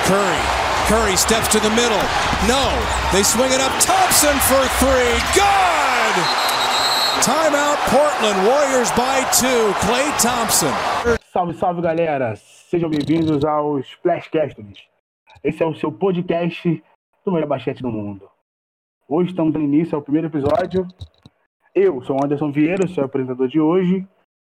Curry. Curry steps to the middle. No. They swing it up. Thompson for three. Good! Timeout Portland. Warriors by 2. Klay Thompson. Salve, salve, galera. Sejam bem-vindos aos Splashcasters. Esse é o seu podcast do melhor basquete do mundo. Hoje estamos no início ao primeiro episódio. Eu sou o Anderson Vieira, sou o apresentador de hoje.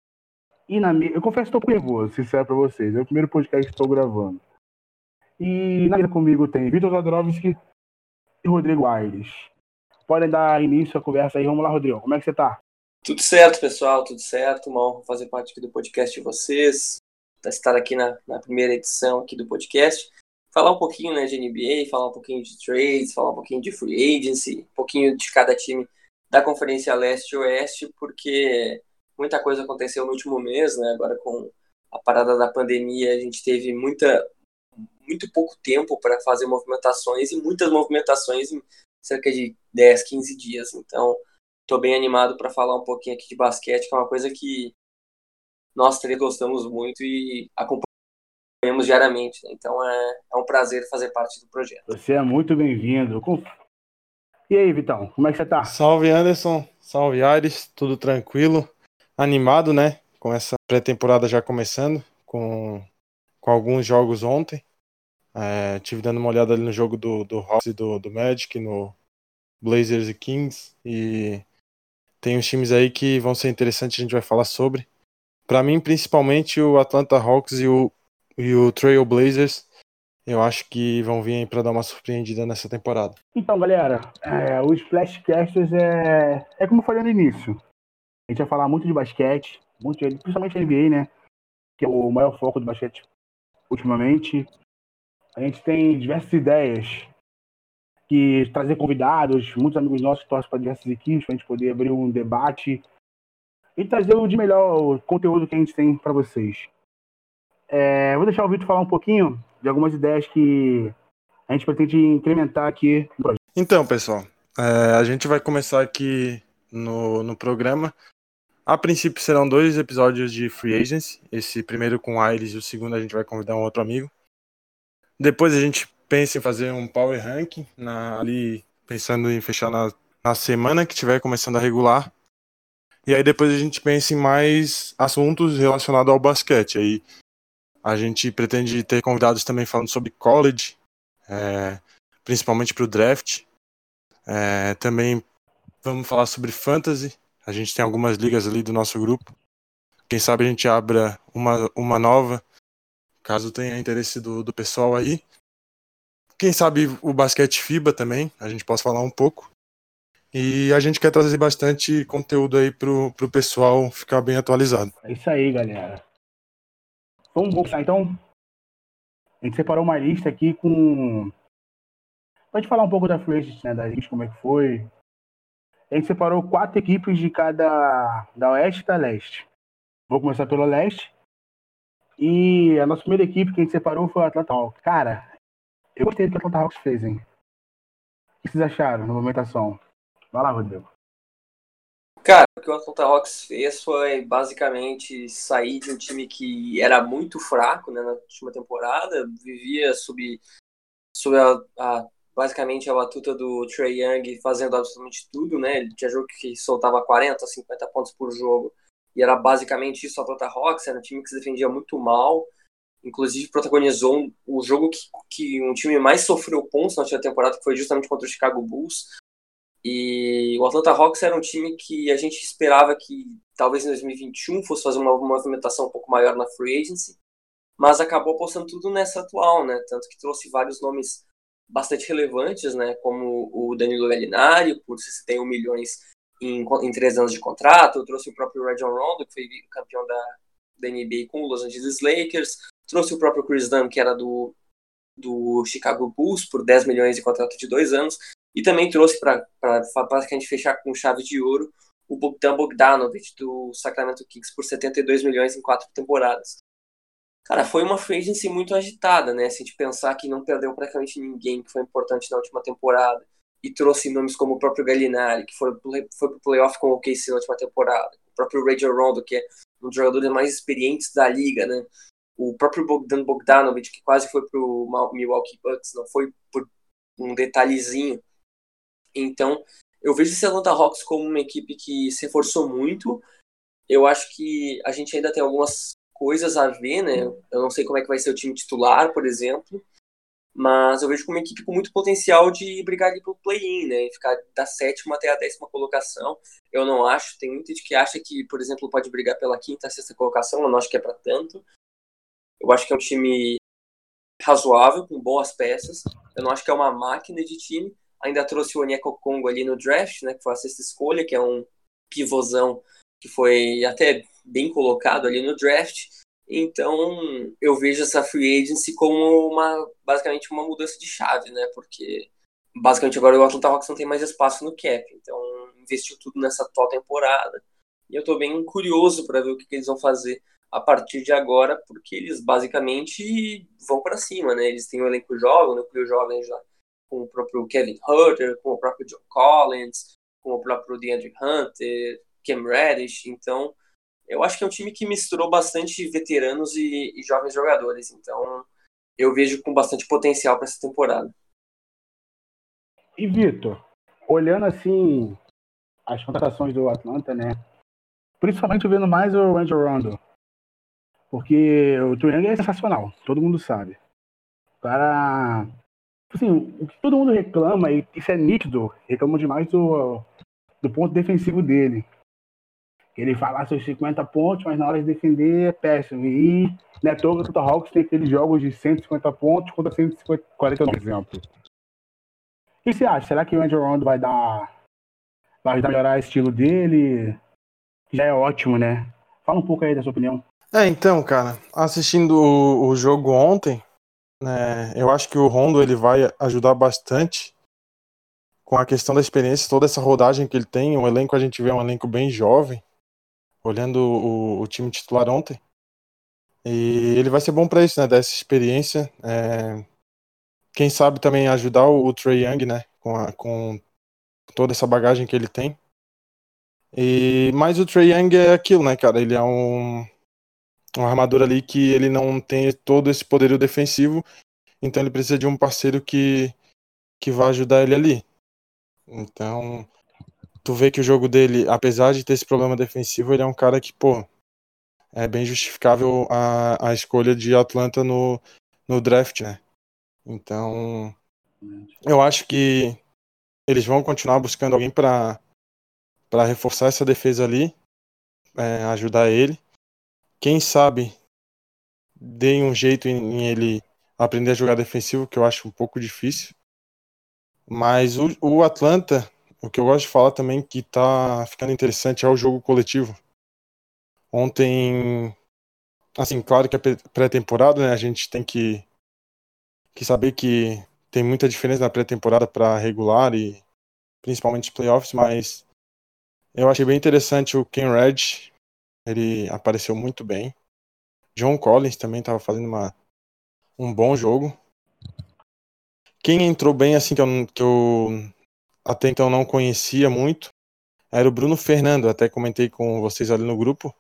E eu confesso que estou nervoso, sincero para vocês. É o primeiro podcast que estou gravando. E na mesa comigo tem Vitor Zadrovski e Rodrigo Aires. Podem dar início à conversa aí. Vamos lá, Rodrigo. Como é que você tá? Tudo certo, pessoal. Tudo certo. Uma honra fazer parte aqui do podcast de vocês. Estar aqui na primeira edição aqui do podcast. Falar um pouquinho, né, de NBA, falar um pouquinho de trades, falar um pouquinho de free agency, um pouquinho de cada time da Conferência Leste e Oeste, porque muita coisa aconteceu no último mês, né? Agora com a parada da pandemia, a gente teve muito pouco tempo para fazer movimentações e muitas movimentações em cerca de 10, 15 dias. Então, estou bem animado para falar um pouquinho aqui de basquete, que é uma coisa que nós três gostamos muito e acompanhamos diariamente. Né? Então, é um prazer fazer parte do projeto. Você é muito bem-vindo. E aí, Vitão, como é que você tá? Salve, Anderson. Salve, Aires. Tudo tranquilo. Animado, né? Com essa pré-temporada já começando, com alguns jogos ontem. Tive dando uma olhada ali no jogo do Hawks e do Magic, no Blazers e Kings. E tem uns times aí que vão ser interessantes, a gente vai falar sobre. Para mim, principalmente o Atlanta Hawks e o Trail Blazers. Eu acho que vão vir aí para dar uma surpreendida nessa temporada. Então, galera, o Splashcasters é como eu falei no início. A gente vai falar muito de basquete, principalmente NBA, né? Que é o maior foco do basquete ultimamente. A gente tem diversas ideias que trazer convidados, muitos amigos nossos que torcem para diversas equipes, para a gente poder abrir um debate e trazer o de melhor conteúdo que a gente tem para vocês. Vou deixar o Vitor falar um pouquinho de algumas ideias que a gente pretende incrementar aqui no projeto. Então, pessoal, a gente vai começar aqui no programa. A princípio serão 2 episódios de Free Agency, esse primeiro com o Aires e o segundo a gente vai convidar um outro amigo. Depois a gente pensa em fazer um Power Ranking, ali pensando em fechar na semana que estiver começando a regular. E aí depois a gente pensa em mais assuntos relacionados ao basquete. Aí a gente pretende ter convidados também falando sobre college, principalmente para o draft. Também vamos falar sobre fantasy. A gente tem algumas ligas ali do nosso grupo. Quem sabe a gente abra uma nova, caso tenha interesse do pessoal aí. Quem sabe o basquete FIBA também, a gente possa falar um pouco. E a gente quer trazer bastante conteúdo aí pro pessoal ficar bem atualizado. É isso aí, galera. Vamos começar então. A gente separou uma lista aqui com... Pode falar um pouco da Free Agency, né? Da gente, como é que foi. A gente separou 4 equipes de cada... da Oeste e da Leste. Vou começar pela Leste. E a nossa primeira equipe que a gente separou foi o Atlanta Hawks. Cara, eu gostei do que o Atlanta Hawks fez, hein? O que vocês acharam na movimentação? Vai lá, Rodrigo. Cara, o que o Atlanta Hawks fez foi basicamente sair de um time que era muito fraco, né, na última temporada, vivia sob basicamente a batuta do Trae Young fazendo absolutamente tudo, né? Ele tinha jogo que soltava 40, 50 pontos por jogo e era basicamente isso. O Atlanta Hawks era um time que se defendia muito mal, inclusive protagonizou o jogo que um time mais sofreu pontos na última temporada, que foi justamente contra o Chicago Bulls. E o Atlanta Hawks era um time que a gente esperava que talvez em 2021 fosse fazer uma movimentação um pouco maior na Free Agency, mas acabou apostando tudo nessa atual, né? Tanto que trouxe vários nomes bastante relevantes, né? Como o Danilo Gallinari, por 61 milhões em 3 anos de contrato. Trouxe o próprio Rajon Rondo, que foi campeão da NBA com o Los Angeles Lakers. Trouxe o próprio Chris Dunn, que era do Chicago Bulls, por 10 milhões de contrato de 2 anos. E também trouxe para a gente fechar com chave de ouro o Bogdan Bogdanovic do Sacramento Kings por 72 milhões em 4 temporadas. Cara, foi uma free agency muito agitada, né? Se a gente pensar que não perdeu praticamente ninguém que foi importante na última temporada e trouxe nomes como o próprio Gallinari, que foi pro playoff com o OKC na última temporada, o próprio Rajon Rondo, que é um dos jogadores mais experientes da liga, né? O próprio Bogdan Bogdanovic, que quase foi pro Milwaukee Bucks, não foi por um detalhezinho. Então, eu vejo esse Atlanta Hawks como uma equipe que se reforçou muito. Eu acho que a gente ainda tem algumas coisas a ver, né? Eu não sei como é que vai ser o time titular, por exemplo, mas eu vejo como uma equipe com muito potencial de brigar ali pro play-in, né? E ficar da 7ª até a 10ª colocação. Eu não acho, tem muita gente que acha que, por exemplo, pode brigar pela 5ª, 6ª colocação, eu não acho que é para tanto. Eu acho que é um time razoável, com boas peças. Eu não acho que é uma máquina de time. Ainda trouxe o Onyeka Okongwu ali no draft, né, que foi a 6ª escolha, que é um pivôzão que foi até bem colocado ali no draft. Então, eu vejo essa free agency como basicamente uma mudança de chave, né? Porque basicamente agora o Atlanta Hawks não tem mais espaço no cap. Então, investiu tudo nessa atual temporada. E eu tô bem curioso para ver o que eles vão fazer a partir de agora, porque eles basicamente vão para cima, né? Eles têm um elenco jovem, um núcleo jovem já, com o próprio Kevin Huerter, com o próprio John Collins, com o próprio DeAndre Hunter, Cam Reddish. Então, eu acho que é um time que misturou bastante veteranos e jovens jogadores. Então, eu vejo com bastante potencial para essa temporada. E, Vitor, olhando assim as contratações do Atlanta, né? Principalmente vendo mais o Rajon Rondo. Porque o Trae Young é sensacional, todo mundo sabe. O cara. Assim, o que todo mundo reclama, e isso é nítido, reclamam demais do ponto defensivo dele. Ele faz seus 50 pontos, mas na hora de defender é péssimo. E não é à toa que o Atlanta Hawks tem aqueles jogos de 150 pontos contra 140, por exemplo. O que você acha? Será que o Rajon Rondo vai ajudar a melhorar o estilo dele? Já é ótimo, né? Fala um pouco aí da sua opinião. Então, cara, assistindo o jogo ontem, né, eu acho que o Rondo ele vai ajudar bastante com a questão da experiência, toda essa rodagem que ele tem. O elenco, a gente vê um elenco bem jovem, olhando o time titular ontem. E ele vai ser bom para isso, né, dessa experiência. Quem sabe também ajudar o Trae Young, né, com toda essa bagagem que ele tem. Mas o Trae Young é aquilo, né, cara, ele é um armador ali que ele não tem todo esse poderio defensivo, então ele precisa de um parceiro que vai ajudar ele ali. Então, tu vê que o jogo dele, apesar de ter esse problema defensivo, ele é um cara que, pô, é bem justificável a escolha de Atlanta no draft, né? Então, eu acho que eles vão continuar buscando alguém para reforçar essa defesa ali, ajudar ele. Quem sabe deem um jeito em ele aprender a jogar defensivo, que eu acho um pouco difícil. Mas o Atlanta, o que eu gosto de falar também que tá ficando interessante é o jogo coletivo. Ontem, assim, claro que é pré-temporada, né? A gente tem que saber que tem muita diferença na pré-temporada para regular e principalmente playoffs, mas eu achei bem interessante o Ken Red, ele apareceu muito bem. John Collins também estava fazendo um bom jogo. Quem entrou bem, assim, que eu até então não conhecia muito, era o Bruno Fernando. Até comentei com vocês ali no grupo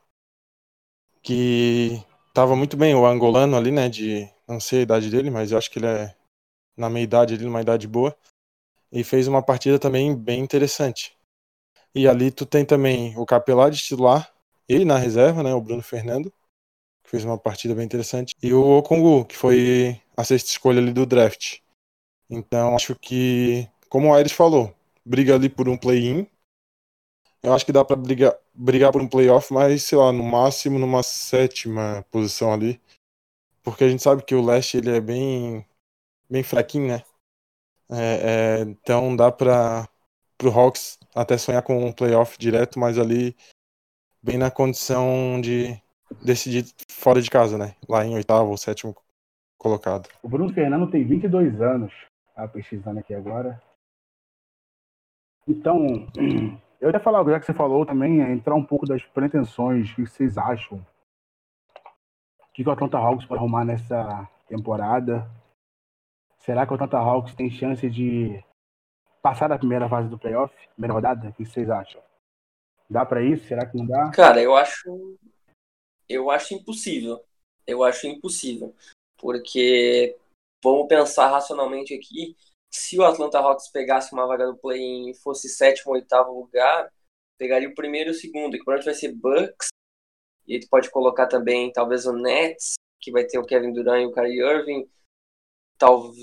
que tava muito bem, o angolano ali, né, não sei a idade dele, mas eu acho que ele é na meia idade ali, numa idade boa, e fez uma partida também bem interessante. E ali tu tem também o Capelá de titular, ele na reserva, né, o Bruno Fernando, que fez uma partida bem interessante, e o Okongwu, que foi a 6ª escolha ali do draft. Então acho que, como o Aires falou, briga ali por um play-in. Eu acho que dá pra brigar por um playoff, mas, sei lá, no máximo numa 7ª posição ali. Porque a gente sabe que o leste ele é bem fraquinho, né? Então dá pro Hawks até sonhar com um playoff direto, mas ali bem na condição de decidir fora de casa, né? Lá em 8º ou 7º colocado. O Bruno Fernando tem 22 anos. Tá pesquisando aqui agora. Então, eu ia falar, já que você falou também, entrar um pouco das pretensões, o que vocês acham? O que o Atlanta Hawks pode arrumar nessa temporada? Será que o Atlanta Hawks tem chance de passar da primeira fase do playoff, primeira rodada? O que vocês acham? Dá pra isso? Será que não dá? Cara, eu acho impossível. eu acho impossível. Porque, vamos pensar racionalmente aqui, se o Atlanta Hawks pegasse uma vaga no play-in e fosse 7º ou 8º lugar, pegaria o primeiro e o segundo, que provavelmente vai ser Bucks, e aí tu pode colocar também talvez o Nets, que vai ter o Kevin Durant e o Kyrie Irving, talvez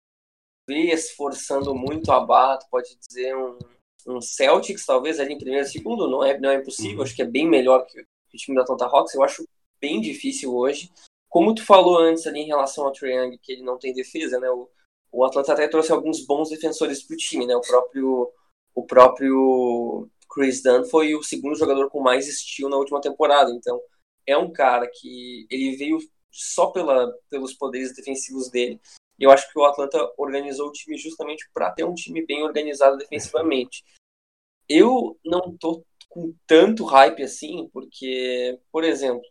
forçando muito a barra, tu pode dizer um Celtics, talvez, ali em primeiro e segundo, não é impossível, acho que é bem melhor que o time da Atlanta Hawks, eu acho bem difícil hoje. Como tu falou antes ali em relação ao Trae Young, que ele não tem defesa, né, o Atlanta até trouxe alguns bons defensores pro time, né, o próprio Chris Dunn foi o segundo jogador com mais steal na última temporada, então é um cara que ele veio só pelos poderes defensivos dele. E eu acho que o Atlanta organizou o time justamente para ter um time bem organizado defensivamente. Eu não tô com tanto hype assim, porque, por exemplo,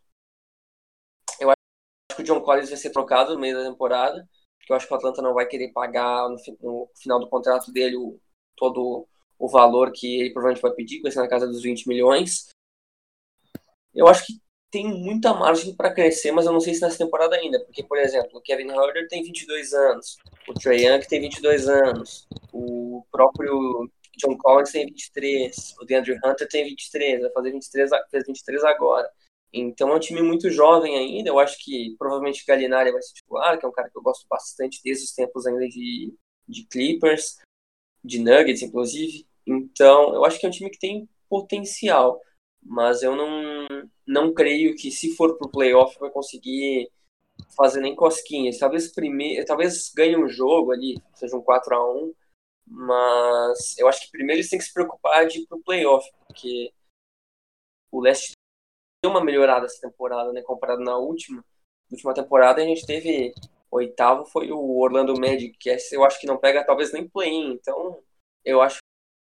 eu acho que o John Collins vai ser trocado no meio da temporada, porque eu acho que o Atlanta não vai querer pagar no final do contrato dele todo o valor que ele provavelmente vai pedir, que vai ser na casa dos 20 milhões. Eu acho que tem muita margem para crescer, mas eu não sei se nessa temporada ainda, porque, por exemplo, o Kevin Huerter tem 22 anos, o Trae Young tem 22 anos, o próprio John Collins tem 23, o DeAndre Hunter tem 23, vai fazer 23, fez 23 agora. Então é um time muito jovem ainda, eu acho que provavelmente Gallinari vai ser titular, que é um cara que eu gosto bastante desde os tempos ainda de Clippers, de Nuggets, inclusive. Então eu acho que é um time que tem potencial, mas eu não creio que, se for pro playoff, vai conseguir fazer nem cosquinhas. Talvez ganhe um jogo ali, seja um 4-1, mas eu acho que primeiro eles têm que se preocupar de ir pro playoff, porque o leste deu uma melhorada essa temporada, né, comparado na última temporada. A gente teve 8º, foi o Orlando Magic, que eu acho que não pega talvez nem play-in, então eu acho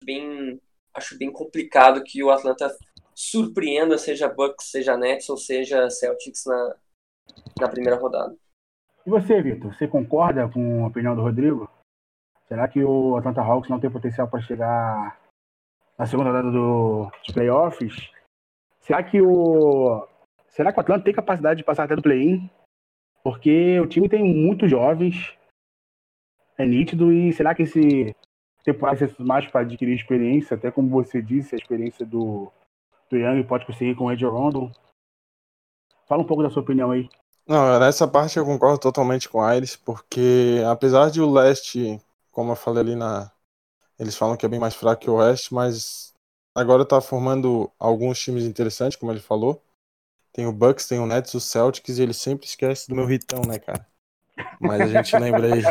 bem complicado que o Atlanta surpreenda, seja Bucks, seja Nets ou seja Celtics na primeira rodada. E você, Vitor, você concorda com a opinião do Rodrigo? Será que o Atlanta Hawks não tem potencial para chegar na segunda rodada dos playoffs? Será que o Atlanta tem capacidade de passar até do play-in? Porque o time tem muitos jovens, é nítido, e será que esse temporada é mais para adquirir experiência, até como você disse, a experiência do Young pode conseguir com o Ed Rondo? Fala um pouco da sua opinião aí. Não, nessa parte eu concordo totalmente com a Iris, porque apesar de o leste, como eu falei ali eles falam que é bem mais fraco que o oeste, mas agora tá formando alguns times interessantes, como ele falou. Tem o Bucks, tem o Nets, o Celtics, e ele sempre esquece do meu Ritão, né, cara? Mas a gente lembra aí.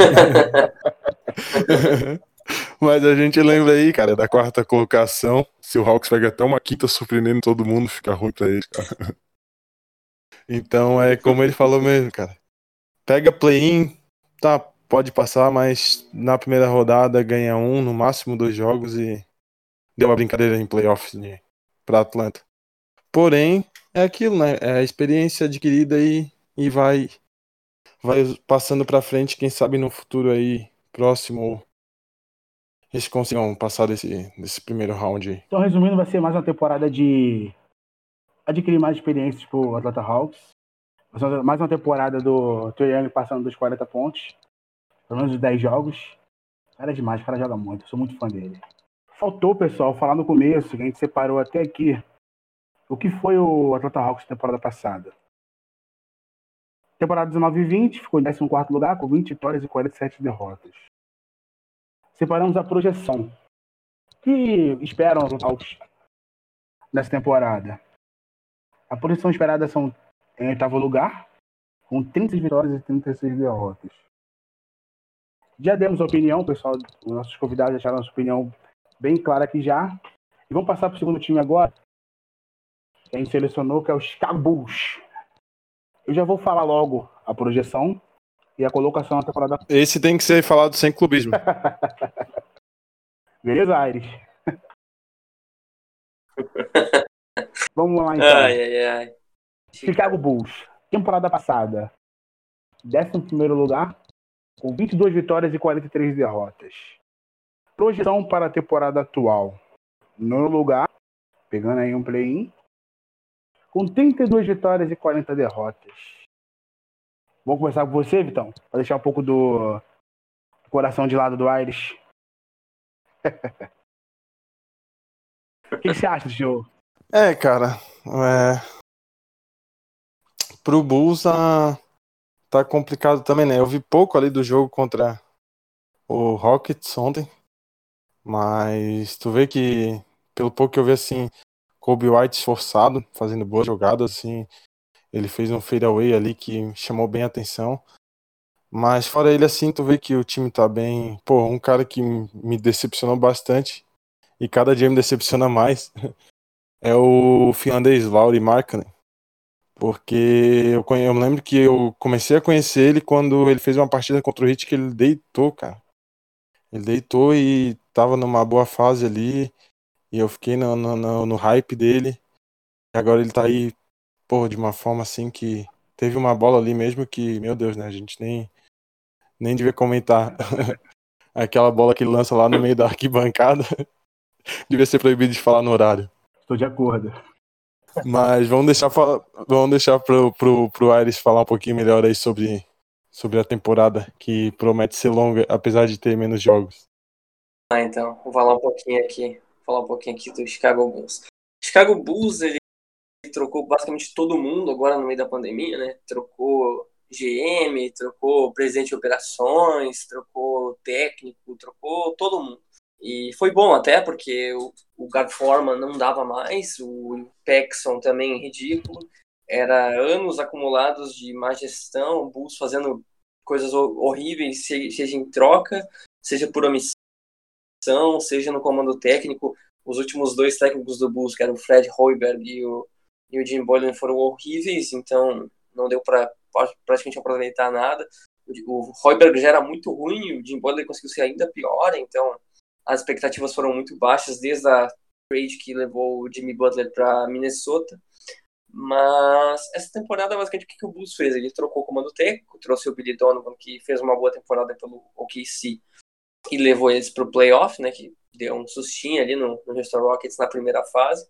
Mas a gente lembra aí, cara, da 4ª colocação. Se o Hawks pega até uma 5ª surpreendendo todo mundo, fica ruim pra eles, cara. Então é como ele falou mesmo, cara. Pega play-in, tá, pode passar, mas na primeira rodada ganha no máximo 2 jogos e deu uma brincadeira em playoffs pra Atlanta. Porém, é aquilo, né? É a experiência adquirida e vai passando pra frente, quem sabe no futuro aí, próximo, eles consigam passar desse primeiro round aí. Então, resumindo, vai ser mais uma temporada de adquirir mais experiências pro Atlanta Hawks. Vai ser mais uma temporada do Trae Young passando dos 40 pontos. Pelo menos 10 jogos. O cara é demais, o cara joga muito. Eu sou muito fã dele. Faltou, pessoal, falar no começo, que a gente separou até aqui, o que foi o Atlanta Hawks na temporada passada. Temporada 19 e 20, ficou em 14º lugar, com 20 vitórias e 47 derrotas. Separamos a projeção. O que esperam os Hawks nessa temporada? A projeção esperada são em 8º lugar, com 30 vitórias e 36 derrotas. Já demos a opinião, pessoal, os nossos convidados deixaram a nossa opinião bem clara aqui já. E vamos passar para o segundo time agora, que a gente selecionou, que é o Chicago Bulls. Eu já vou falar logo a projeção e a colocação na temporada. Esse tem que ser falado sem clubismo. Beleza, Aires? Vamos lá, então. Ai. Chicago Bulls. Temporada passada, 11º lugar, com 22 vitórias e 43 derrotas. Projeção para a temporada atual. 9º lugar, pegando aí um play-in, com 32 vitórias e 40 derrotas. Vou começar com você, Vitão, pra deixar um pouco do coração de lado do Aires. O que você acha do jogo? Cara, pro Bulls tá complicado também, né? Eu vi pouco ali do jogo contra o Rockets ontem, mas tu vê que, pelo pouco que eu vi, assim, Kobe White esforçado, fazendo boas jogadas, assim, ele fez um fadeaway ali que chamou bem a atenção. Mas fora ele, assim, tu vê que o time tá bem. Pô, um cara que me decepcionou bastante, e cada dia me decepciona mais, é o finlandês Lauri Markkanen. Porque eu lembro que eu comecei a conhecer ele quando ele fez uma partida contra o Heat que ele deitou, cara. Ele deitou e tava numa boa fase ali, e eu fiquei no hype dele. E agora ele tá aí, pô, de uma forma assim que teve uma bola ali mesmo que, meu Deus, né? A gente nem devia comentar. Aquela bola que ele lança lá no meio da arquibancada. Devia ser proibido de falar no horário. Estou de acordo. Mas vamos deixar pro Aires falar um pouquinho melhor aí sobre a temporada, que promete ser longa, apesar de ter menos jogos. Então, vou falar um pouquinho aqui do Chicago Bulls. Chicago Bulls, ele trocou basicamente todo mundo agora no meio da pandemia, né? Trocou GM, trocou presidente de operações, trocou técnico, trocou todo mundo. E foi bom até, porque o Gar Forman não dava mais, o Paxson também ridículo. Era anos acumulados de má gestão, o Bulls fazendo coisas horríveis, seja em troca, seja por omissão, seja no comando técnico. Os últimos 2 técnicos do Bulls, que eram o Fred Hoiberg e o Jim Boylan, foram horríveis, então não deu para praticamente aproveitar nada. O Hoiberg já era muito ruim e o Jim Boylan conseguiu ser ainda pior, então as expectativas foram muito baixas desde a trade que levou o Jimmy Butler para Minnesota. Mas essa temporada, basicamente, o que o Bulls fez? Ele trocou o comando técnico, trouxe o Billy Donovan, que fez uma boa temporada pelo OKC, e levou eles para o playoff, né, que deu um sustinho ali no Houston Rockets na primeira fase.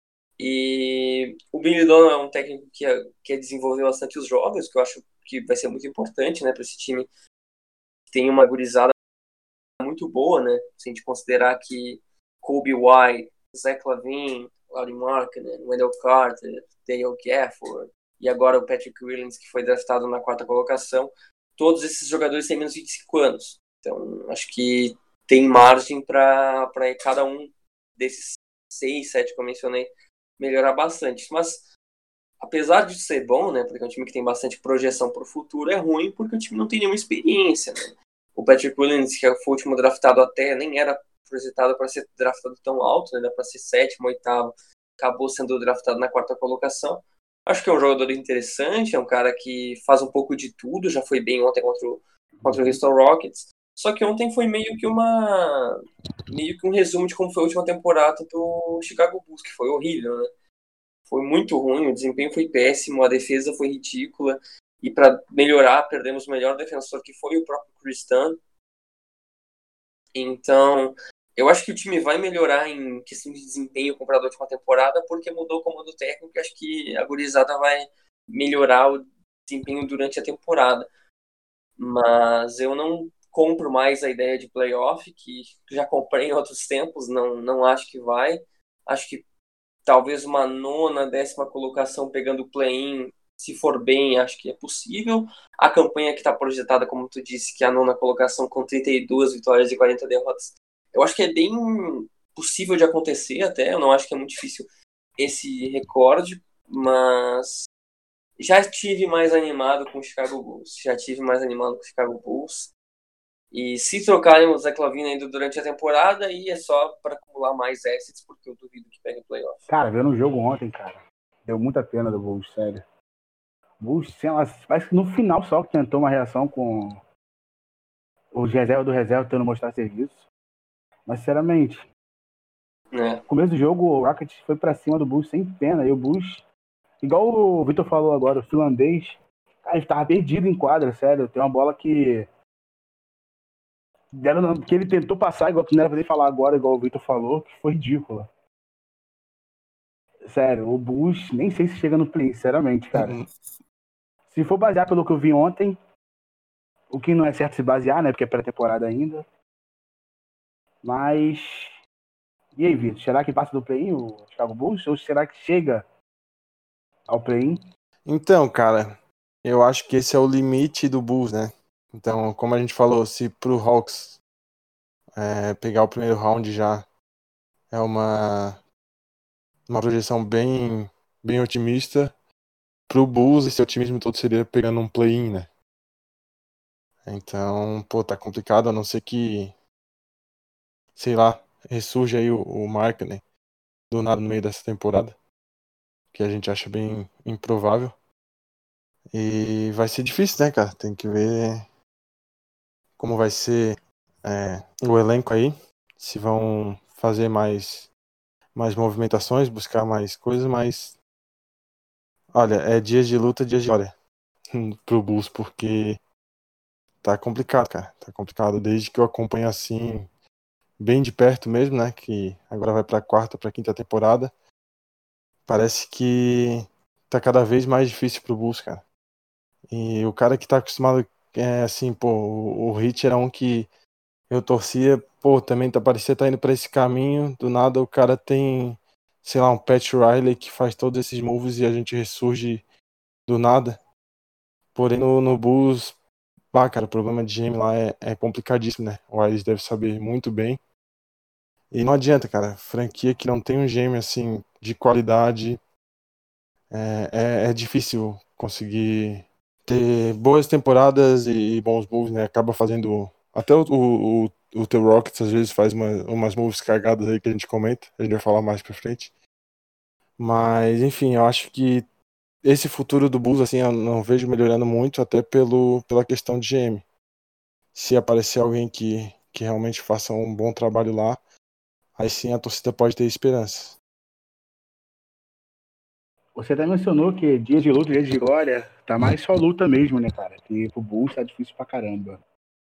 E o Billy Donovan é um técnico que desenvolveu bastante os jogos, que eu acho que vai ser muito importante, né, para esse time que tem uma gurizada muito boa, né, se a gente considerar que Kobe White, Zach LaVine, Lauri Markkanen, Wendell Carter, Dale Gafford e agora o Patrick Williams, que foi draftado na 4ª colocação, todos esses jogadores têm menos de 25 anos. Então, acho que tem margem para cada um desses 6, 7 que eu mencionei melhorar bastante. Mas, apesar de ser bom, né, porque é um time que tem bastante projeção para o futuro, é ruim porque o time não tem nenhuma experiência, né? O Patrick Williams, que foi o último draftado até, nem era projetado para ser draftado tão alto, né, para ser 7º, 8º, acabou sendo draftado na 4ª colocação. Acho que é um jogador interessante, é um cara que faz um pouco de tudo, já foi bem ontem contra o Houston Rockets. Só que ontem foi meio que um resumo de como foi a última temporada do Chicago Bulls, que foi horrível, né? Foi muito ruim, o desempenho foi péssimo, a defesa foi ridícula, e para melhorar, perdemos o melhor defensor, que foi o próprio Chris Dunn. Então, eu acho que o time vai melhorar em questão de desempenho comparado à última temporada, porque mudou o comando técnico, e acho que a gurizada vai melhorar o desempenho durante a temporada. Mas eu não compro mais a ideia de playoff, que já comprei em outros tempos, não acho que vai. Acho que talvez uma 9ª, 10ª colocação pegando o play-in, se for bem, acho que é possível. A campanha que está projetada, como tu disse, que é a 9ª colocação com 32 vitórias e 40 derrotas, eu acho que é bem possível de acontecer até, eu não acho que é muito difícil esse recorde, mas já estive mais animado com o Chicago Bulls. E se trocarem o Zach LaVine ainda durante a temporada, aí é só para acumular mais assets, porque eu duvido que pegue playoff. Cara, vendo o jogo ontem, cara, deu muita pena do Bulls, sério. O Bulls, parece que no final só que tentou uma reação com os reserva do reserva tentando mostrar serviço. Mas, sinceramente, no começo do jogo, o Rockets foi pra cima do Bulls sem pena. E o Bulls, igual o Vitor falou agora, o finlandês, cara, ele tava perdido em quadra, sério. Tem uma bola que ele tentou passar, igual que não era pra ele falar agora, igual o Vitor falou, que foi ridícula. Sério, o Bulls nem sei se chega no play, sinceramente, cara. Se for basear pelo que eu vi ontem, o que não é certo se basear, né? Porque é pré-temporada ainda. Mas... E aí, Vitor? Será que passa do play-in o Chicago Bulls? Ou será que chega ao play-in? Então, cara, eu acho que esse é o limite do Bulls, né? Então, como a gente falou, se pro Hawks pegar o primeiro round já é uma projeção bem otimista, pro Bulls esse otimismo todo seria pegando um play-in, né? Então, pô, tá complicado, a não ser que, sei lá, ressurge aí o Markkanen do nada no meio dessa temporada, que a gente acha bem improvável. E vai ser difícil, né, cara? Tem que ver como vai ser o elenco aí, se vão fazer mais movimentações, buscar mais coisas, mas olha, é dias de luta, dias de glória pro Bulls, porque tá complicado, cara. Tá complicado desde que eu acompanho assim, bem de perto mesmo, né? Que agora vai pra quarta, pra quinta temporada. Parece que tá cada vez mais difícil pro Bulls, cara. E o cara que tá acostumado, assim, pô, o Heat era um que eu torcia, pô, também parecia estar indo pra esse caminho. Do nada o cara tem, sei lá, um Pat Riley que faz todos esses moves e a gente ressurge do nada. Porém, no Bulls, pá, cara, o problema de GM lá é complicadíssimo, né? O Aires deve saber muito bem. E não adianta, cara. Franquia que não tem um GM assim de qualidade, é difícil conseguir ter boas temporadas e bons moves, né? Acaba fazendo. Até o The Rockets às vezes faz umas moves cagadas aí que a gente comenta. A gente vai falar mais pra frente. Mas, enfim, eu acho que esse futuro do Bulls, assim, eu não vejo melhorando muito, até pela questão de GM. Se aparecer alguém que realmente faça um bom trabalho lá, aí sim a torcida pode ter esperança. Você até mencionou que dia de luta, dia de glória, tá mais só luta mesmo, né, cara? Que pro Bulls tá difícil pra caramba.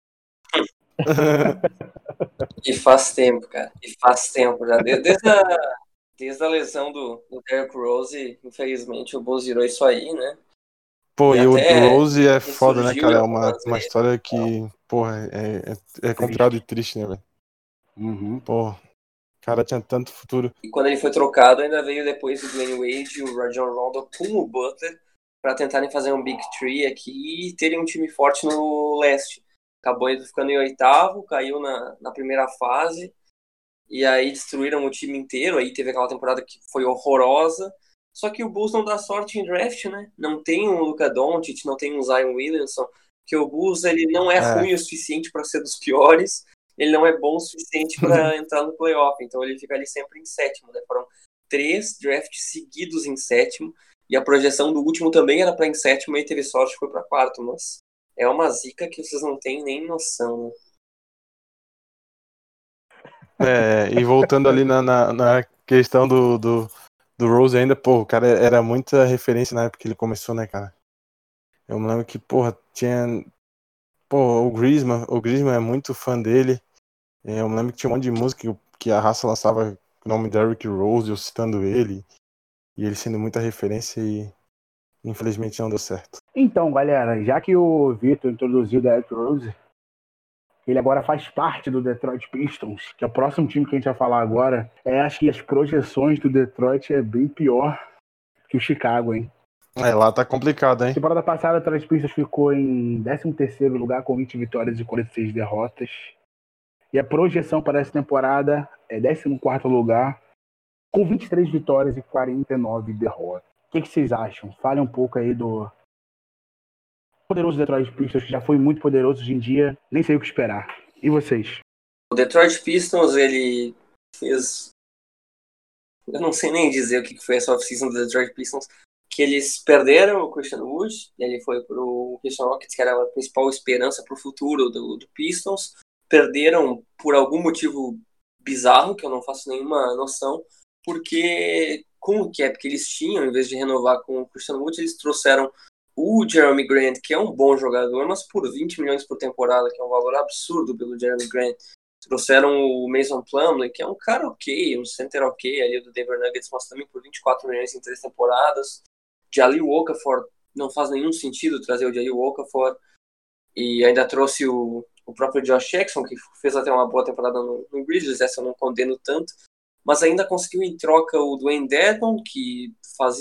E faz tempo, cara. E faz tempo já. Desde a lesão do Derrick Rose, infelizmente o Bulls virou isso aí, né? Pô, E e o até Rose é foda, né, ressurgiu em cara? É algumas uma vezes. história que, porra, é complicado e triste, né, velho? Uhum. Pô, o cara tinha tanto futuro. E quando ele foi trocado, ainda veio depois o Dwayne Wade e o Rajon Rondo com o Butler para tentarem fazer um Big Three aqui e terem um time forte no leste. Acabou ficando em oitavo, caiu na primeira fase e aí destruíram o time inteiro. Aí teve aquela temporada que foi horrorosa. Só que o Bulls não dá sorte em draft, né? Não tem um Luka Doncic, não tem um Zion Williamson, que o Bulls ele não é ruim o suficiente para ser dos piores, ele não é bom o suficiente para entrar no playoff, então ele fica ali sempre em sétimo, né? Foram 3 drafts seguidos em sétimo, e a projeção do último também era para em sétimo, e teve sorte e foi para quarto, mas é uma zica que vocês não têm nem noção, né? E voltando ali na questão do Rose ainda, pô, o cara era muita referência na época que ele começou, né, cara? Eu me lembro que, porra, tinha. Pô, o Griezmann é muito fã dele. Eu me lembro que tinha um monte de música que a raça lançava com o nome Derrick Rose, eu citando ele, e ele sendo muita referência e infelizmente não deu certo. Então, galera, já que o Vitor introduziu o Derrick Rose, ele agora faz parte do Detroit Pistons, que é o próximo time que a gente vai falar agora. Acho que as projeções do Detroit é bem pior que o Chicago, hein? Lá tá complicado, hein? Temporada passada, o Detroit Pistons ficou em 13º lugar com 20 vitórias e 46 derrotas. E a projeção para essa temporada é 14º lugar com 23 vitórias e 49 derrotas. O que vocês acham? Fale um pouco aí do poderoso Detroit Pistons, que já foi muito poderoso hoje em dia, nem sei o que esperar. E vocês? O Detroit Pistons, ele fez... Eu não sei nem dizer o que foi essa off-season do Detroit Pistons, que eles perderam o Christian Wood, ele foi pro Houston Rockets, que era a principal esperança pro futuro do Pistons. Perderam por algum motivo bizarro, que eu não faço nenhuma noção, porque com o cap que eles tinham, em vez de renovar com o Christian Wood, eles trouxeram o Jeremy Grant, que é um bom jogador, mas por 20 milhões por temporada, que é um valor absurdo pelo Jeremy Grant. Trouxeram o Mason Plumlee, que é um cara ok, um center ok ali do Denver Nuggets, mas também por 24 milhões em 3 temporadas. Jahlil Okafor não faz nenhum sentido trazer o Jair Okafor, e ainda trouxe o próprio Josh Jackson, que fez até uma boa temporada no Grizzlies, essa eu não condeno tanto, mas ainda conseguiu em troca o Dwayne Dedmon, que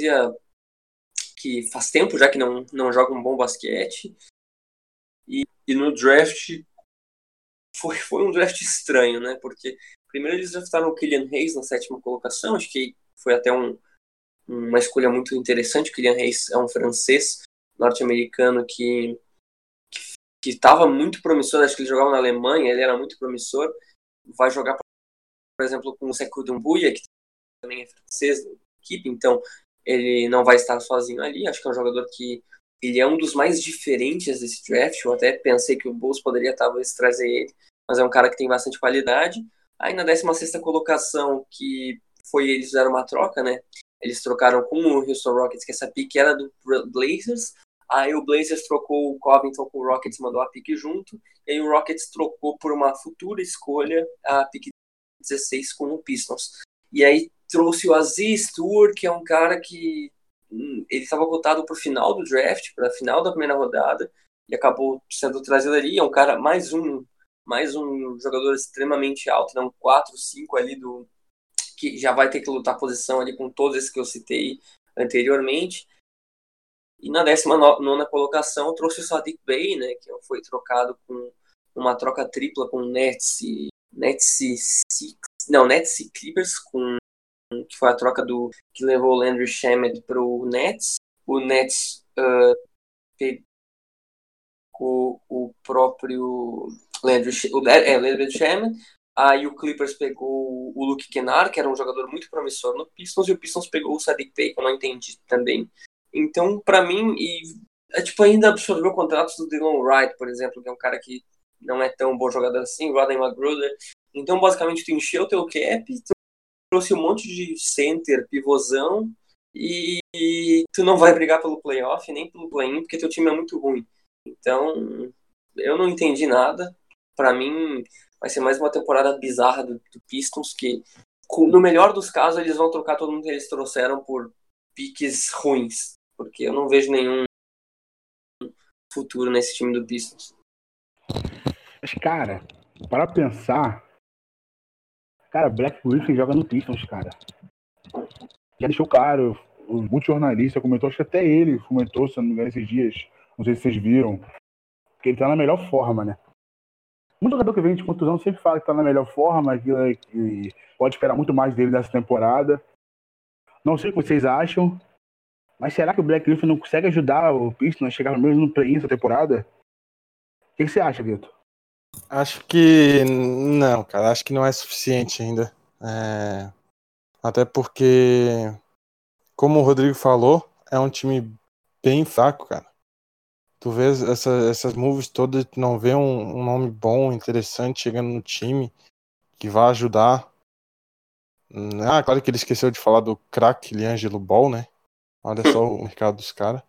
faz tempo já que não joga um bom basquete, e no draft foi um draft estranho, né? Porque primeiro eles draftaram o Killian Hayes na 7ª colocação, acho que foi até uma escolha muito interessante. O Killian Hayes é um francês norte-americano que estava muito promissor, acho que ele jogava na Alemanha, ele era muito promissor, vai jogar, por exemplo, com o Sekou Doumbouya, que também é francês da equipe, então ele não vai estar sozinho ali, acho que é um jogador que ele é um dos mais diferentes desse draft, eu até pensei que o Bulls poderia talvez trazer ele, mas é um cara que tem bastante qualidade. Aí na 16ª colocação, que foi, eles fizeram uma troca, né? Eles trocaram com o Houston Rockets, que essa pick era do Blazers. Aí o Blazers trocou o Covington com o Rockets, mandou a pick junto. E aí o Rockets trocou por uma futura escolha a pick 16 com o Pistons. E aí trouxe o Aziz Tour, que é um cara que ele estava cotado para o final do draft, para a final da primeira rodada, e acabou sendo trazido ali. É um cara, mais um jogador extremamente alto, né? Um 4-5 ali que já vai ter que lutar a posição ali com todos esses que eu citei anteriormente. E na 19ª colocação trouxe o Saddiq Bey, né, que foi trocado com uma troca tripla com Nets e Clippers, que foi a troca que levou o Landry Shamet para o Nets. O Nets pegou o próprio Landry Shamet. Aí o Clippers pegou o Luke Kennard, que era um jogador muito promissor no Pistons, e o Pistons pegou o Saddiq Bey, que eu não entendi também. Então, pra mim, ainda absorveu contratos do Delon Wright, por exemplo, que é um cara que não é tão bom jogador assim, Rodney McGruder. Então, basicamente, tu encheu o teu cap, tu trouxe um monte de center, pivôzão, e tu não vai brigar pelo playoff, nem pelo play-in, porque teu time é muito ruim. Então, eu não entendi nada. Pra mim, vai ser mais uma temporada bizarra do Pistons, que, no melhor dos casos, eles vão trocar todo mundo que eles trouxeram por piques ruins, porque eu não vejo nenhum futuro nesse time do Pistons. Mas, cara, para pensar, cara, Black Griffin joga no Pistons, cara. Já deixou claro, muito jornalista comentou, acho que até ele comentou, se não me engano, esses dias, não sei se vocês viram, que ele tá na melhor forma, né? Muito jogador que vem de contusão sempre fala que tá na melhor forma, que pode esperar muito mais dele nessa temporada. Não sei o que vocês acham, mas será que o Black Griffin não consegue ajudar o Pistons a chegar pelo menos no play-in essa temporada? O que você acha, Vitor? Acho que não, cara. Acho que não é suficiente ainda. Até porque, como o Rodrigo falou, é um time bem fraco, cara. Tu vê essas moves todas, tu não vê um nome bom, interessante chegando no time que vai ajudar. Claro que ele esqueceu de falar do craque LiAngelo Ball, né? Olha só o mercado dos caras.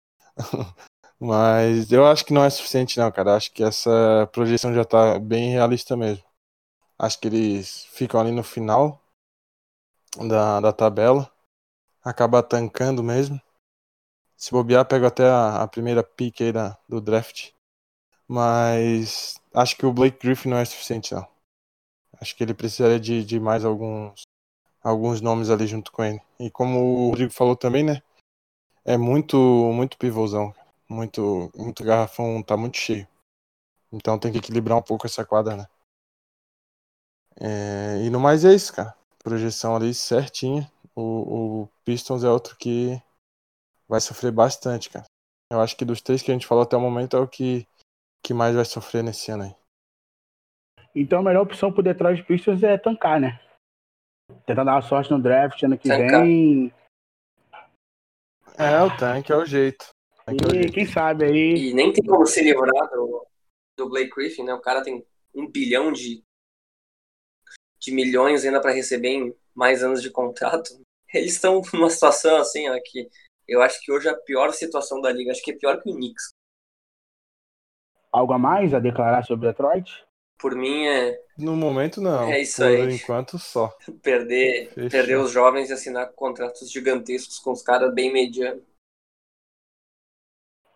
Mas eu acho que não é suficiente não, cara. Acho que essa projeção já tá bem realista mesmo. Acho que eles ficam ali no final da tabela. Acaba tancando mesmo. Se bobear, pega até a primeira pick aí do draft. Mas acho que o Blake Griffin não é suficiente não. Acho que ele precisaria de mais alguns nomes ali junto com ele. E como o Rodrigo falou também, né? É muito pivôzão. Muito garrafão, tá muito cheio. Então tem que equilibrar um pouco essa quadra, né? E no mais é isso, cara. Projeção ali certinha. O Pistons é outro que vai sofrer bastante, cara. Eu acho que dos 3 que a gente falou até o momento é o que mais vai sofrer nesse ano aí. Então a melhor opção por detrás dos Pistons é tancar, né? Tentar dar uma sorte no draft ano que vem. O tanque é o jeito. E quem sabe aí. E nem tem como se livrar do Blake Griffin, né? O cara tem 1 bilhão de milhões ainda para receber em mais anos de contrato. Eles estão numa situação assim, ó, que eu acho que hoje é a pior situação da liga. Acho que é pior que o Knicks. Algo a mais a declarar sobre Detroit? Por mim no momento não. É isso por aí. Enquanto só. Perder os jovens e assinar contratos gigantescos com os caras bem medianos.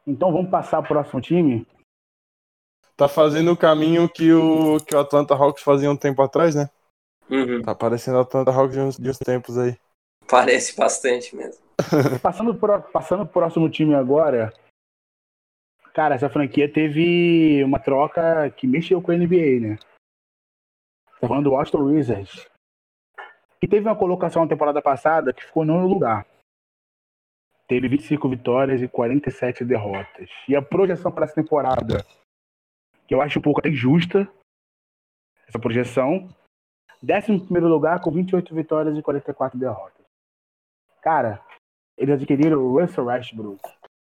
Então vamos passar pro próximo time? Tá fazendo o caminho que o Atlanta Hawks fazia um tempo atrás, né? Uhum. Tá parecendo o Atlanta Hawks de uns tempos aí. Parece bastante mesmo. Passando pro próximo time agora, cara, essa franquia teve uma troca que mexeu com a NBA, né? Tá falando do Washington Wizards, que teve uma colocação na temporada passada que ficou em nono lugar. Teve 25 vitórias e 47 derrotas. E a projeção para essa temporada, que eu acho um pouco até injusta, essa projeção, 11º lugar com 28 vitórias e 44 derrotas. Cara, eles adquiriram o Russell Westbrook.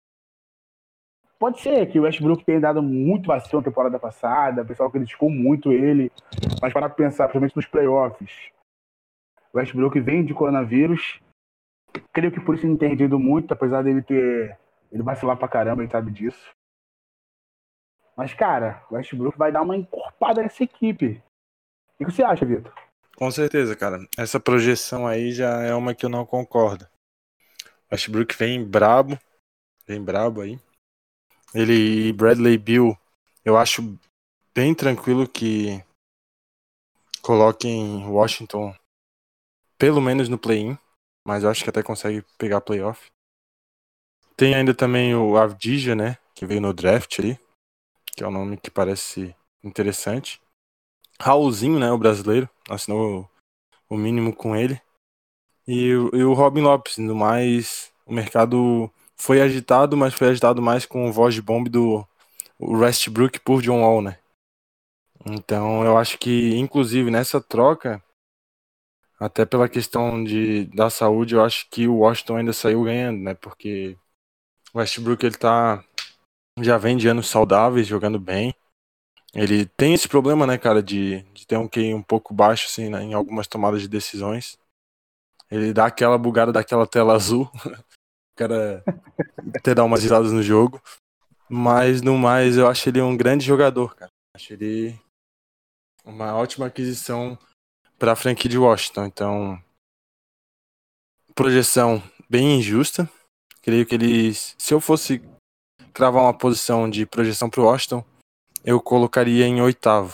Pode ser que o Westbrook tenha dado muito vacilo na temporada passada, o pessoal criticou muito ele, mas para pensar, principalmente nos playoffs, o Westbrook vem de coronavírus, creio que por isso ele não tem rendido muito, apesar dele ele vacilar pra caramba, ele sabe disso. Mas, cara, o Westbrook vai dar uma encorpada nessa equipe. O que você acha, Vitor? Com certeza, cara. Essa projeção aí já é uma que eu não concordo. O Westbrook vem brabo aí. Ele e Bradley Beal, eu acho bem tranquilo que coloquem Washington pelo menos no play-in, mas eu acho que até consegue pegar playoff. Tem ainda também o Avdija, né, que veio no draft ali, que é um nome que parece interessante. Raulzinho, né, o brasileiro, assinou o mínimo com ele. E o Robin Lopes, no mais, o mercado foi agitado, mas foi agitado mais com o voz de bomba do Westbrook por John Wall, né? Então eu acho que, inclusive, nessa troca, até pela questão da saúde, eu acho que o Washington ainda saiu ganhando, né? Porque o Westbrook, ele já vem de anos saudáveis, jogando bem. Ele tem esse problema, né, cara, de ter um QI um pouco baixo, assim, né, em algumas tomadas de decisões. Ele dá aquela bugada daquela tela azul, o cara até dá umas risadas no jogo. Mas, no mais, eu acho ele um grande jogador, cara. Acho ele uma ótima aquisição para a franquia de Washington. Então, projeção bem injusta. Creio que eles, se eu fosse cravar uma posição de projeção para o Washington, eu colocaria em 8º.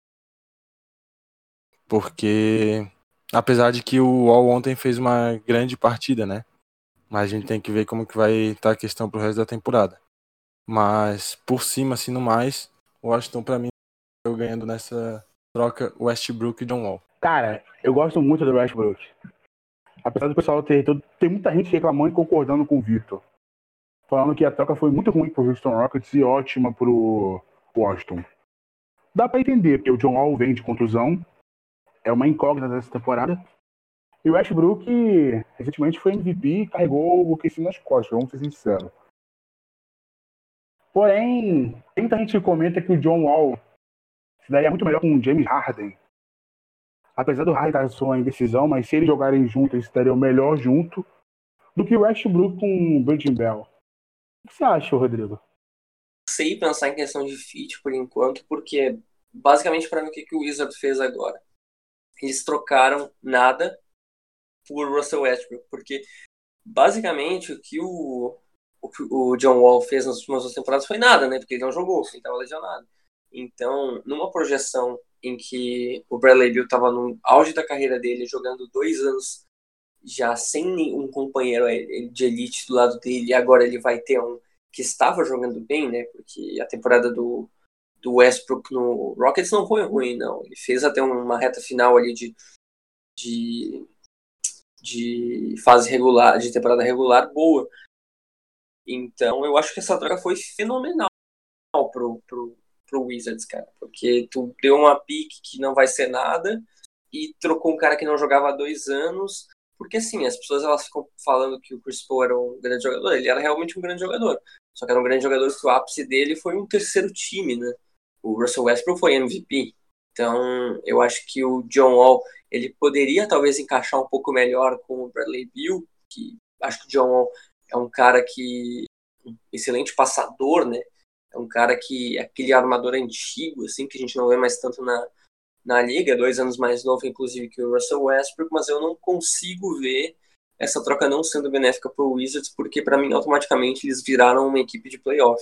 Porque, apesar de que o Wall ontem fez uma grande partida, né? Mas a gente tem que ver como que vai estar a questão pro resto da temporada. Mas, por cima, assim, no mais, o Washington, pra mim, eu ganhando nessa troca Westbrook e John Wall. Cara, eu gosto muito do Westbrook. Apesar do pessoal tem muita gente reclamando e concordando com o Vitor. Falando que a troca foi muito ruim pro Houston Rockets e ótima pro Washington. Dá pra entender, porque o John Wall vem de contusão, é uma incógnita dessa temporada. E o Westbrook, recentemente, foi MVP e carregou o QC nas costas, vamos ser sinceros. Porém, tem muita gente que comenta que o John Wall se daria muito melhor com o James Harden. Apesar do Harden estar em sua indecisão, mas se eles jogarem juntos, eles estariam melhor junto do que o Westbrook com o Brandon Bell. O que você acha, Rodrigo? Sei pensar em questão de fit por enquanto, porque basicamente para mim o que o Wizard fez agora? Eles trocaram nada por Russell Westbrook, porque basicamente o que o John Wall fez nas últimas 2 temporadas foi nada, né? Porque ele não jogou, ele estava lesionado. Então, numa projeção em que o Bradley Beal estava no auge da carreira dele, jogando 2 anos já sem nenhum companheiro de elite do lado dele, e agora ele vai ter um que estava jogando bem, né? Porque a temporada do Westbrook no Rockets não foi ruim, não. Ele fez até uma reta final ali de fase regular, de temporada regular boa. Então, eu acho que essa troca foi fenomenal pro Wizards, cara. Porque tu deu uma pick que não vai ser nada e trocou um cara que não jogava há 2 anos. Porque, assim, as pessoas elas ficam falando que o Chris Paul era um grande jogador. Ele era realmente um grande jogador. Só que era um grande jogador que o ápice dele foi um 3º time, né? O Russell Westbrook foi MVP. Então, eu acho que o John Wall, ele poderia talvez encaixar um pouco melhor com o Bradley Beal, que acho que o John Wall é um cara um excelente passador, né? É um cara que é aquele armador antigo, assim, que a gente não vê mais tanto na liga, 2 anos mais novo, inclusive, que o Russell Westbrook, mas eu não consigo ver essa troca não sendo benéfica para o Wizards, porque para mim automaticamente eles viraram uma equipe de playoff.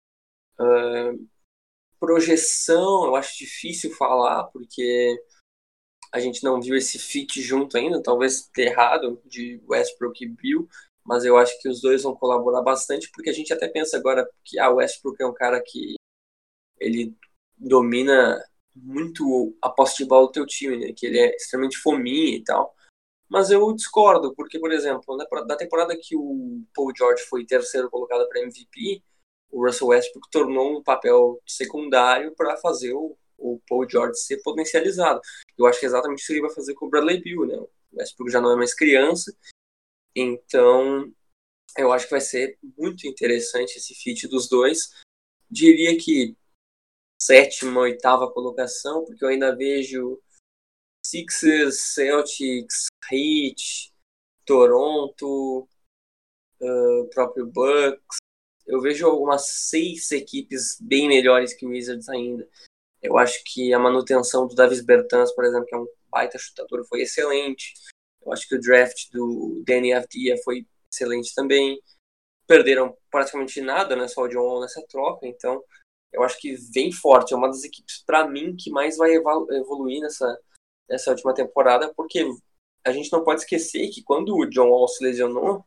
Projeção, eu acho difícil falar, porque a gente não viu esse fit junto ainda, talvez ter errado de Westbrook e Beal, mas eu acho que os dois vão colaborar bastante, porque a gente até pensa agora que a Westbrook é um cara que ele domina muito a posse de bola do teu time, né? Que ele é extremamente fominha e tal. Mas eu discordo, porque, por exemplo, da temporada que o Paul George foi terceiro colocado para MVP, o Russell Westbrook tornou um papel secundário para fazer o Paul George ser potencializado. Eu acho que é exatamente isso que ele vai fazer com o Bradley Beal, né? O Westbrook já não é mais criança, então eu acho que vai ser muito interessante esse feat dos dois. Diria que 7ª, 8ª colocação, porque eu ainda vejo Sixers, Celtics, Heat, Toronto, o próprio Bucks. Eu vejo algumas 6 equipes bem melhores que o Wizards ainda. Eu acho que a manutenção do Davis Bertans, por exemplo, que é um baita chutador, foi excelente. Eu acho que o draft do Danny Avdija foi excelente também. Perderam praticamente nada, né? Só o John Wall nessa troca. Então, eu acho que vem forte. É uma das equipes, para mim, que mais vai evoluir nessa última temporada, porque a gente não pode esquecer que quando o John Wall se lesionou,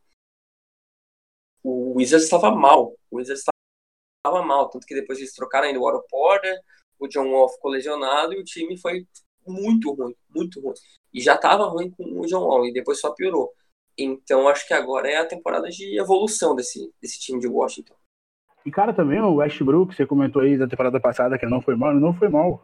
o Wizards estava mal. Tanto que depois eles trocaram ainda o Otto Porter, o John Wall ficou lesionado e o time foi muito ruim, muito ruim. E já estava ruim com o John Wall e depois só piorou. Então acho que agora é a temporada de evolução desse time de Washington. E, cara, também o Westbrook, você comentou aí da temporada passada que não foi mal, ele não foi mal.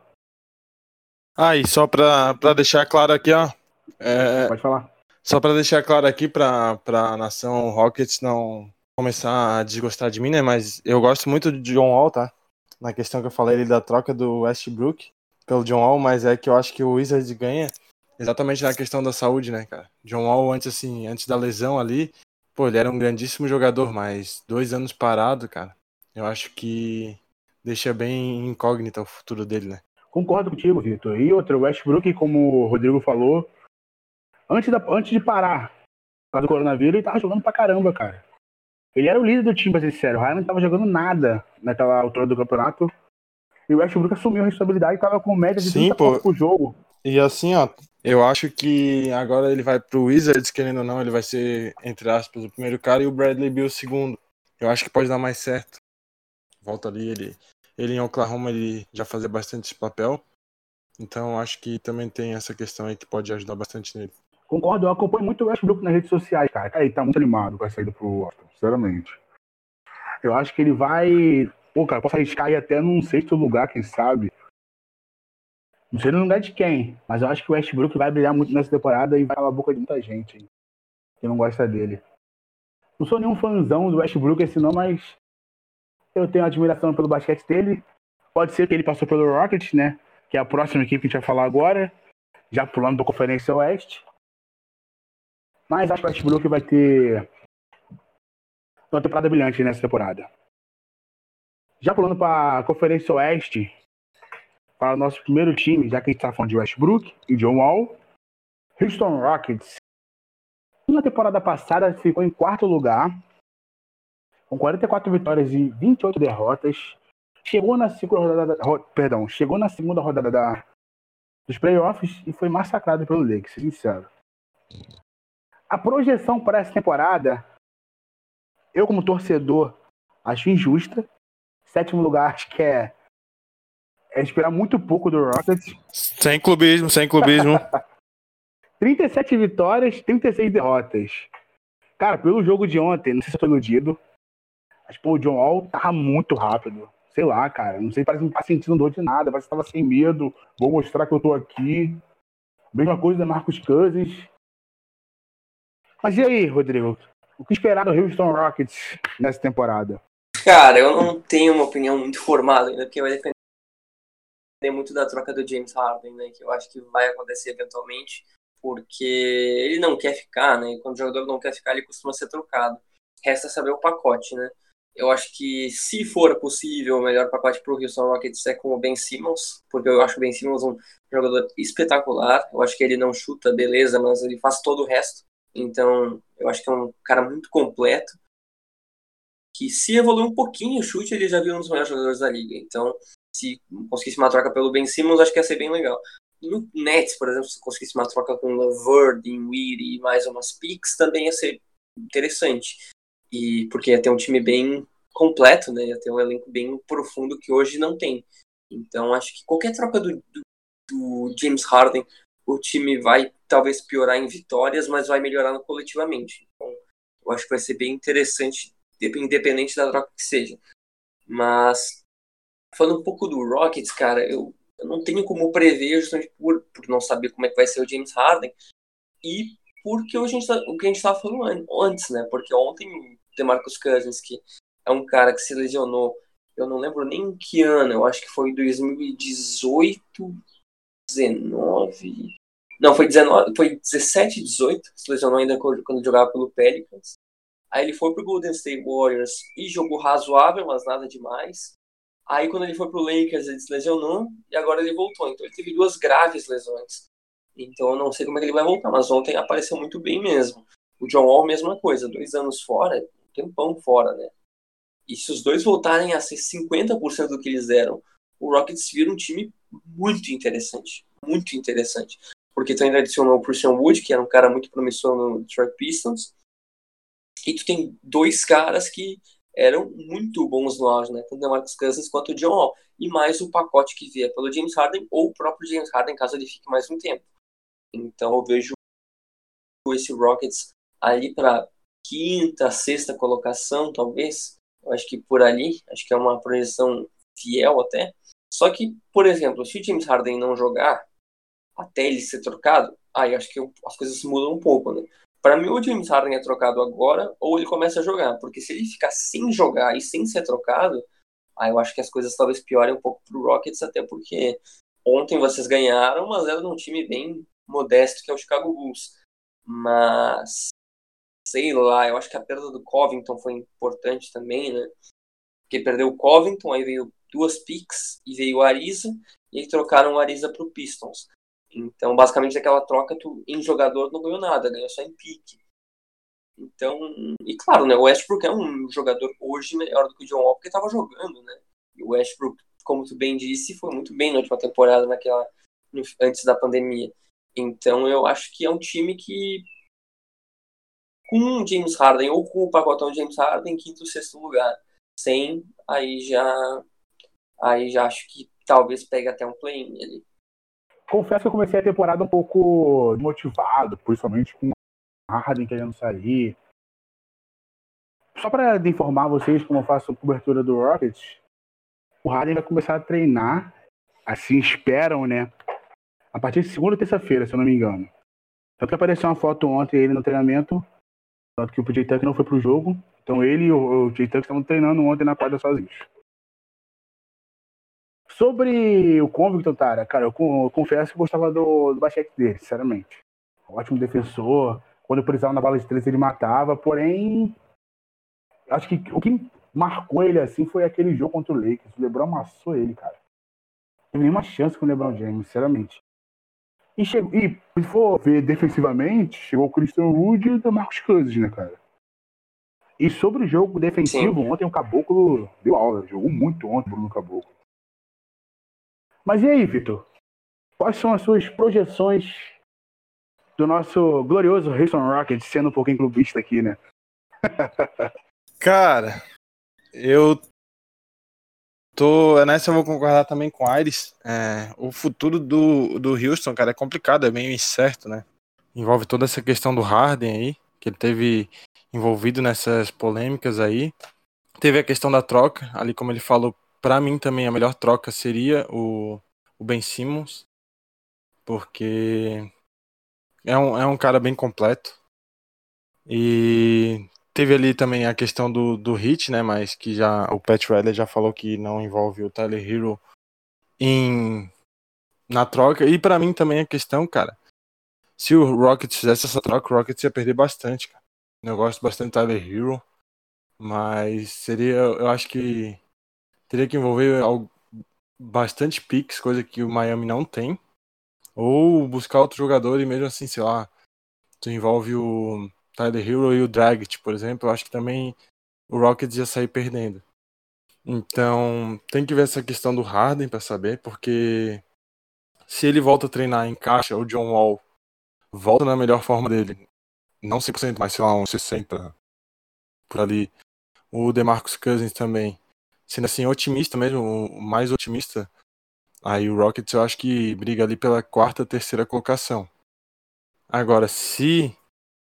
E só pra deixar claro aqui, ó. Pode falar. Só pra deixar claro aqui pra nação Rockets não começar a desgostar de mim, né? Mas eu gosto muito de John Wall, tá? Na questão que eu falei ali da troca do Westbrook pelo John Wall, mas é que eu acho que o Wizards ganha exatamente na questão da saúde, né, cara? John Wall, antes da lesão ali, pô, ele era um grandíssimo jogador, mas 2 anos parado, cara, eu acho que deixa bem incógnita o futuro dele, né? Concordo contigo, Vitor. E outra, o Westbrook, como o Rodrigo falou, antes de parar por causa do coronavírus, ele tava jogando pra caramba, cara. Ele era o líder do time, pra ser sincero. O Ryan não tava jogando nada naquela altura do campeonato. E o Westbrook assumiu a responsabilidade e tava com média de 30 pontos por jogo. E assim, ó, eu acho que agora ele vai pro Wizards, querendo ou não, ele vai ser, entre aspas, o primeiro cara e o Bradley Beal o segundo. Eu acho que pode dar mais certo. Volta ali, ele em Oklahoma ele já fazia bastante esse papel. Então acho que também tem essa questão aí que pode ajudar bastante nele. Concordo, eu acompanho muito o Westbrook nas redes sociais, cara. Cara, ele tá muito animado com a saída pro Washington, sinceramente. Eu acho que ele vai... Pô, cara, posso arriscar ir até num 6º lugar, quem sabe. Não sei no lugar de quem, mas eu acho que o Westbrook vai brilhar muito nessa temporada e vai calar a boca de muita gente, hein, que não gosta dele. Não sou nenhum fãzão do Westbrook assim não, mas eu tenho admiração pelo basquete dele. Pode ser que ele passou pelo Rockets, né, que é a próxima equipe que a gente vai falar agora, já pulando da Conferência Oeste. Mas acho que o Westbrook vai ter uma temporada brilhante nessa temporada. Já pulando para a Conferência Oeste, para o nosso primeiro time, já que a gente está falando de Westbrook e John Wall, Houston Rockets. Na temporada passada ficou em 4º lugar, com 44 vitórias e 28 derrotas. Chegou na segunda rodada dos playoffs e foi massacrado pelo Lakers, sincero. A projeção para essa temporada, eu como torcedor, acho injusta. 7º lugar, acho que é esperar muito pouco do Rockets. Sem clubismo. 37 vitórias, 36 derrotas. Cara, pelo jogo de ontem, não sei se eu tô iludido, mas pô, o John Wall tava muito rápido. Sei lá, cara, não sei, parece que não tá sentindo dor de nada, parece que tava sem medo, vou mostrar que eu tô aqui. Mesma coisa da Marcus Cousins. Mas e aí, Rodrigo? O que esperar do Houston Rockets nessa temporada? Cara, eu não tenho uma opinião muito formada ainda, porque vai depender muito da troca do James Harden, né? Que eu acho que vai acontecer eventualmente, porque ele não quer ficar, né? E quando o jogador não quer ficar, ele costuma ser trocado. Resta saber o pacote, né? Eu acho que, se for possível, o melhor pacote para o Houston Rockets é com o Ben Simmons, porque eu acho o Ben Simmons um jogador espetacular. Eu acho que ele não chuta, beleza, mas ele faz todo o resto. Então, eu acho que é um cara muito completo, que se evoluir um pouquinho o chute, ele já viu um dos melhores jogadores da liga. Então, se conseguisse uma troca pelo Ben Simmons, acho que ia ser bem legal. No Nets, por exemplo, se conseguisse uma troca com LeVert, Dinwiddie e mais umas picks, também ia ser interessante. E porque ia ter um time bem completo, né? Ia ter um elenco bem profundo que hoje não tem. Então, acho que qualquer troca do James Harden, o time vai talvez piorar em vitórias, mas vai melhorar coletivamente. Então, eu acho que vai ser bem interessante, independente da troca que seja. Mas, falando um pouco do Rockets, cara, eu não tenho como prever, justamente por não saber como é que vai ser o James Harden, e porque o que a gente estava falando antes, né? Porque ontem o DeMarcus Cousins, que é um cara que se lesionou, eu não lembro nem em que ano, eu acho que foi em 2018, 19... Não, foi 19, foi 17, 18, se lesionou ainda quando jogava pelo Pelicans. Aí ele foi pro Golden State Warriors e jogou razoável, mas nada demais. Aí quando ele foi pro Lakers, ele se lesionou e agora ele voltou. Então ele teve 2 graves lesões. Então eu não sei como é que ele vai voltar, mas ontem apareceu muito bem mesmo. O John Wall, mesma coisa, 2 anos fora, um tempão fora, né? E se os dois voltarem a ser 50% do que eles eram, o Rockets vira um time muito interessante. Muito interessante. Porque tu ainda adicionou o Christian Wood, que era um cara muito promissor no Detroit Pistons. E tu tem 2 caras que eram muito bons no auge, né? Tanto o DeMarcus Cousins quanto o John Wall. E mais o pacote que vier pelo James Harden ou o próprio James Harden, caso ele fique mais um tempo. Então eu vejo esse Rockets ali para quinta, sexta colocação, talvez. Eu acho que por ali, acho que é uma projeção fiel até. Só que, por exemplo, se o James Harden não jogar até ele ser trocado, aí acho que as coisas mudam um pouco, né? Para mim, o James Harden é trocado agora ou ele começa a jogar, porque se ele ficar sem jogar e sem ser trocado, aí eu acho que as coisas talvez piorem um pouco pro Rockets, até porque ontem vocês ganharam, mas era de um time bem modesto que é o Chicago Bulls. Mas sei lá, eu acho que a perda do Covington foi importante também, né? Porque perdeu o Covington, aí veio 2 picks e veio o Ariza, e aí trocaram o Ariza pro Pistons. Então, basicamente, aquela troca, tu, em jogador, não ganhou nada, ganhou só em pique. Então, e claro, né, o Westbrook é um jogador hoje melhor do que o John Wall, porque estava jogando, né? E o Westbrook, como tu bem disse, foi muito bem na última temporada, antes da pandemia. Então, eu acho que é um time que, com o James Harden ou com o pacotão James Harden, quinto ou sexto lugar. Sem, aí já acho que talvez pegue até um play-in ali. Confesso que eu comecei a temporada um pouco motivado, principalmente com o Harden querendo sair. Só para informar vocês como eu faço cobertura do Rockets, o Harden vai começar a treinar, assim esperam, né? A partir de segunda ou terça-feira, se eu não me engano. Tanto que apareceu uma foto ontem ele no treinamento, tanto que o PJ Tucker não foi pro jogo. Então ele e o PJ Tucker estavam treinando ontem na quadra sozinhos. Sobre o Covington, cara, eu confesso que eu gostava do basquete dele, sinceramente. Ótimo defensor. Quando precisava na bala de 3 ele matava, porém acho que o que marcou ele assim foi aquele jogo contra o Lakers. O LeBron amassou ele, cara. Não teve nenhuma chance com o LeBron James, sinceramente. E se for ver defensivamente, chegou o Christian Wood e o DeMarcus Cousins, né, cara? E sobre o jogo defensivo, ontem o Caboclo deu aula. Jogou muito ontem o Bruno Caboclo. Mas e aí, Vitor? Quais são as suas projeções do nosso glorioso Houston Rockets, sendo um pouquinho clubista aqui, né? Cara, nessa eu vou concordar também com o Aires. O futuro do Houston, cara, é complicado, é meio incerto, né? Envolve toda essa questão do Harden aí, que ele teve envolvido nessas polêmicas aí. Teve a questão da troca, ali como ele falou, pra mim também a melhor troca seria o Ben Simmons, porque é um cara bem completo. E teve ali também a questão do Hit, né? Mas que já o Pat Riley já falou que não envolve o Tyler Hero na troca. E pra mim também a questão, cara, se o Rockets fizesse essa troca, o Rockets ia perder bastante, cara. Eu gosto bastante do Tyler Hero, mas eu acho que teria que envolver bastante picks, coisa que o Miami não tem, ou buscar outro jogador e mesmo assim, sei lá, tu envolve o Tyler Hero e o Dragic, por exemplo, eu acho que também o Rockets ia sair perdendo. Então, tem que ver essa questão do Harden para saber, porque se ele volta a treinar em caixa, o John Wall volta na melhor forma dele, não 100%, mas sei lá, uns 60% por ali. O DeMarcus Cousins também, sendo assim, otimista mesmo, o mais otimista, aí o Rockets eu acho que briga ali pela quarta, terceira colocação. Agora, se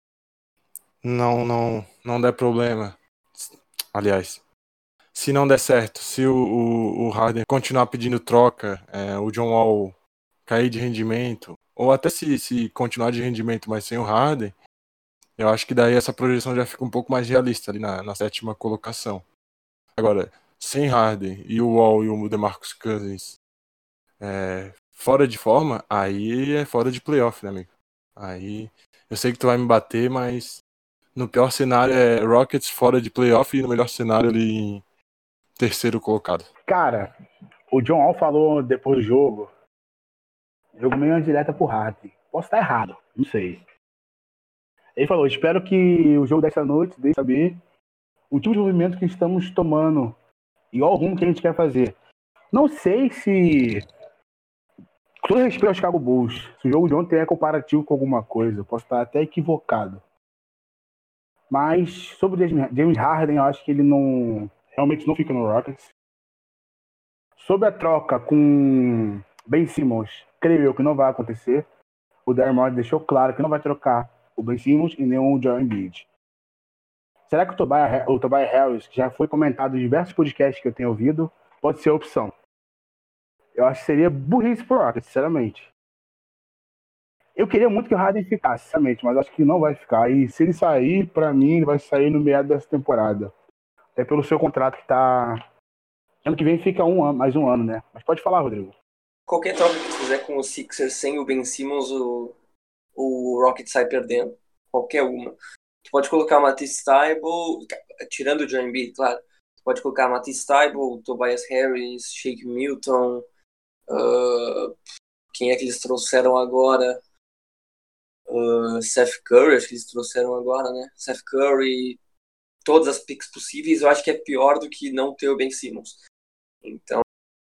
não der problema, aliás, se não der certo, se o Harden continuar pedindo troca, o John Wall cair de rendimento, ou até se continuar de rendimento, mas sem o Harden, eu acho que daí essa projeção já fica um pouco mais realista ali na sétima colocação. Agora, sem Harden e o Wall e o DeMarcus Cousins fora de forma, aí é fora de playoff, né, amigo? Aí eu sei que tu vai me bater, mas no pior cenário é Rockets fora de playoff e no melhor cenário ali em terceiro colocado. Cara, o John Wall falou depois do jogo meio direta pro Harden. Posso estar errado, não sei. Ele falou, espero que o jogo dessa noite dê saber o tipo de movimento que estamos tomando e qual o rumo que a gente quer fazer. Não sei se, com todo respeito ao Chicago Bulls, se o jogo de ontem é comparativo com alguma coisa. Eu posso estar até equivocado. Mas sobre o James Harden, eu acho que ele realmente não fica no Rockets. Sobre a troca com Ben Simmons, creio eu que não vai acontecer. O Daryl Morey deixou claro que não vai trocar o Ben Simmons e nem o Joel Embiid. Será que o Tobias Harris, que já foi comentado em diversos podcasts que eu tenho ouvido, pode ser a opção? Eu acho que seria burrice pro Rockets, sinceramente. Eu queria muito que o Harden ficasse, sinceramente, mas acho que não vai ficar. E se ele sair, pra mim, ele vai sair no meio dessa temporada. Até pelo seu contrato que tá... Ano que vem fica mais um ano, né? Mas pode falar, Rodrigo. Qualquer troca que tu fizer com o Sixers sem o Ben Simmons, o Rockets sai perdendo. Qualquer uma. Tu pode colocar Matisse Thybulle, tirando o Joel Embiid, claro. Tu pode colocar Matisse Thybulle, Tobias Harris, Shake Milton. Quem é que eles trouxeram agora? Seth Curry, acho que eles trouxeram agora, né? Seth Curry, todas as picks possíveis. Eu acho que é pior do que não ter o Ben Simmons. Então,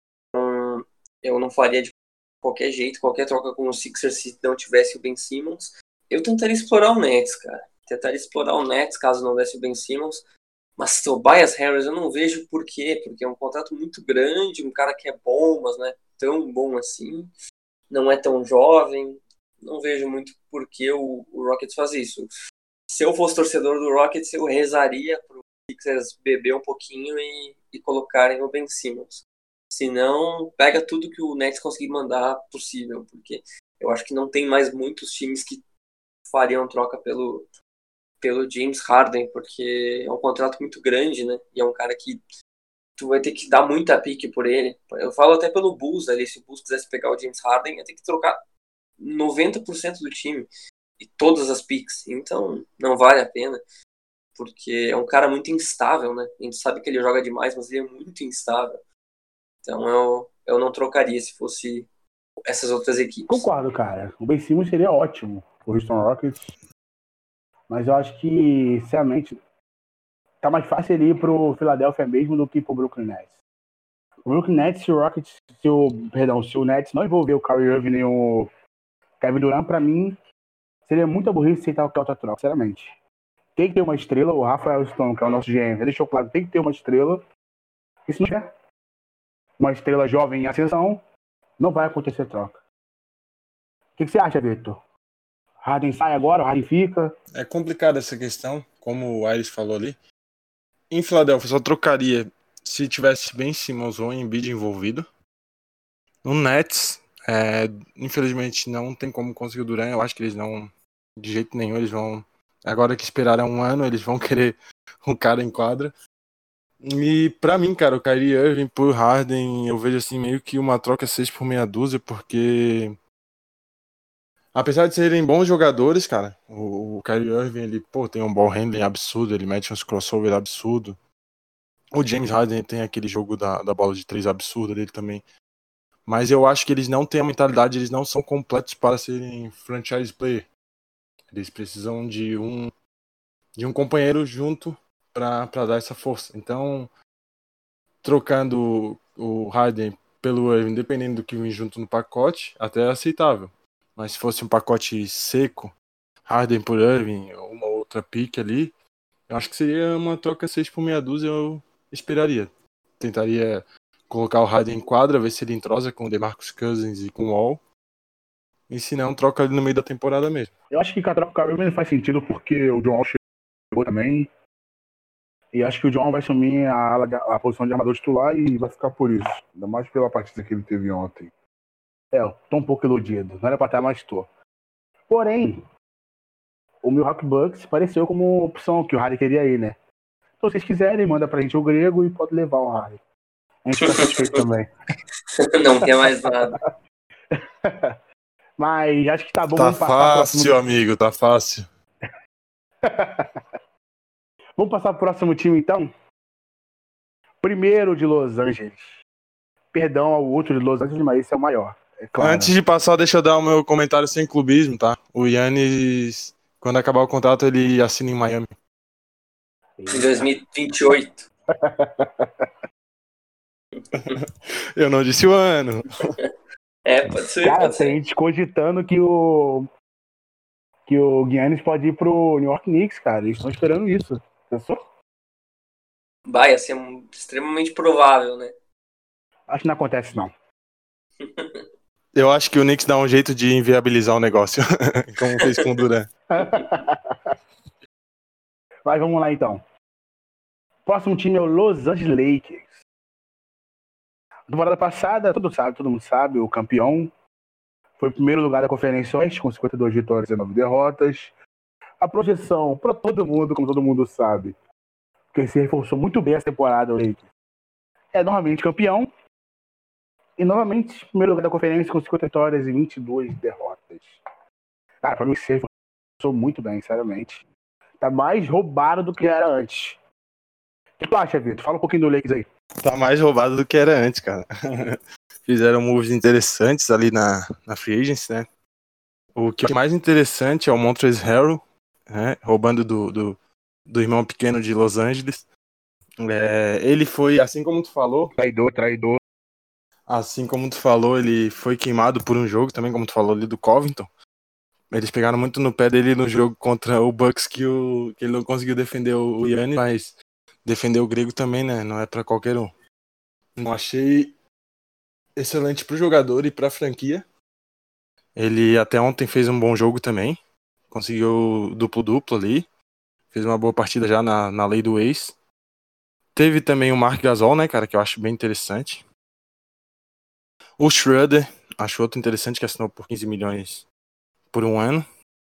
eu não faria de qualquer jeito, qualquer troca com o Sixers se não tivesse o Ben Simmons. Eu tentaria explorar o Nets, cara. Tentaria explorar o Nets caso não desse o Ben Simmons. Mas Tobias Harris eu não vejo por quê. Porque é um contrato muito grande, um cara que é bom, mas não é tão bom assim. Não é tão jovem. Não vejo muito por que o Rockets faz isso. Se eu fosse torcedor do Rockets, eu rezaria pro Sixers beber um pouquinho e colocarem o Ben Simmons. Se não, pega tudo que o Nets conseguir mandar possível, porque eu acho que não tem mais muitos times que fariam troca pelo James Harden, porque é um contrato muito grande, né? E é um cara que tu vai ter que dar muita pique por ele. Eu falo até pelo Bulls ali, se o Bulls quisesse pegar o James Harden, ia ter que trocar 90% do time e todas as picks. Então, não vale a pena, porque é um cara muito instável, né? A gente sabe que ele joga demais, mas ele é muito instável. Então eu não trocaria se fosse essas outras equipes. Concordo, cara. O Ben Simmons seria ótimo pro Houston Rockets. Mas eu acho que, sinceramente, tá mais fácil ele ir pro Philadelphia mesmo do que pro Brooklyn Nets. O Brooklyn Nets, se o Nets não envolver o Kyrie Irving nem o Kevin Durant, pra mim, seria muito burrice aceitar qualquer outra troca, sinceramente. Tem que ter uma estrela, o Rafael Stone, que é o nosso GM, já deixou claro, tem que ter uma estrela. E se não tiver uma estrela jovem em ascensão, não vai acontecer troca. O que você acha, Victor? Harden sai agora, o Harden fica? É complicada essa questão, como o Aires falou ali. Em Filadélfia, só trocaria se tivesse Ben Simmons ou Embiid envolvido. No Nets, infelizmente não tem como conseguir o Durant. Eu acho que eles não, de jeito nenhum, eles vão... Agora que esperaram um ano, eles vão querer um cara em quadra. E pra mim, cara, o Kyrie Irving por Harden, eu vejo assim meio que uma troca 6 por meia dúzia, porque apesar de serem bons jogadores, cara, o Kyrie Irving, ele, tem um ball handling absurdo, ele mete uns crossover absurdo. O James Harden tem aquele jogo da bola de 3 absurdo dele também. Mas eu acho que eles não têm a mentalidade, eles não são completos para serem franchise player. Eles precisam de um companheiro junto para dar essa força. Então, trocando o Harden pelo Irving, dependendo do que vem junto no pacote, até é aceitável. Mas se fosse um pacote seco, Harden por Irving, uma outra pick ali, eu acho que seria uma troca 6 por meia dúzia, eu esperaria. Tentaria colocar o Harden em quadra, ver se ele entrosa com o DeMarcus Cousins e com o Wall. E se não, troca ele no meio da temporada mesmo. Eu acho que a troca com o Irving faz sentido porque o John Wall chegou também. E acho que o John vai assumir a posição de armador titular e vai ficar por isso. Ainda mais pela partida que ele teve ontem. Eu tô um pouco iludido. Não era pra estar, mas tô. Porém, o Milwaukee Bucks pareceu como opção que o Harry queria ir, né? Então, se vocês quiserem, manda pra gente o grego e pode levar o Harry. A gente fica satisfeito também. Não quer mais nada. Mas acho que tá bom. Tá fácil, amigo, tá fácil. Vamos passar pro próximo time, então? Primeiro de Los Angeles. Perdão ao outro de Los Angeles, mas esse é o maior. É claro. Antes de passar, deixa eu dar o meu comentário sem clubismo, tá? O Giannis, quando acabar o contrato, ele assina em Miami. Em 2028. Eu não disse o ano. Pode ser. Cara, pode ser. tem gente cogitando que o Giannis pode ir pro New York Knicks, cara. Eles estão esperando isso. Pensou? Vai ser extremamente provável, né? Acho que não acontece, não. Eu acho que o Knicks dá um jeito de inviabilizar o negócio, como fez com o Durant. Mas vamos lá, então. Próximo time é o Los Angeles Lakers. Na temporada passada, todo mundo sabe, o campeão foi o primeiro lugar da Conferência Oeste, com 52 vitórias e 9 derrotas. A projeção, para todo mundo, como todo mundo sabe, porque se reforçou muito bem essa temporada, o Lakers é novamente campeão. E novamente, primeiro lugar da Conferência, com 50 vitórias e 22 derrotas. Cara, pra mim, se reforçou muito bem, sinceramente. Tá mais roubado do que era antes. O que tu acha, Vitor? Fala um pouquinho do Lakers aí. Tá mais roubado do que era antes, cara. Fizeram moves interessantes ali na Free Agency, né? O que é mais interessante é o Montrezl Harrell, né? Roubando do irmão pequeno de Los Angeles. Ele foi, assim como tu falou... Traidor. Assim como tu falou, ele foi queimado por um jogo, também como tu falou ali do Covington. Eles pegaram muito no pé dele no jogo contra o Bucks, que ele não conseguiu defender o Giannis, mas defender o grego também, né? Não é pra qualquer um. Eu achei excelente pro jogador e pra franquia. Ele até ontem fez um bom jogo também. Conseguiu duplo-duplo ali. Fez uma boa partida já na lei do ex. Teve também o Marc Gasol, né, cara, que eu acho bem interessante. O Schroeder, acho outro interessante, que assinou por 15 milhões por um ano.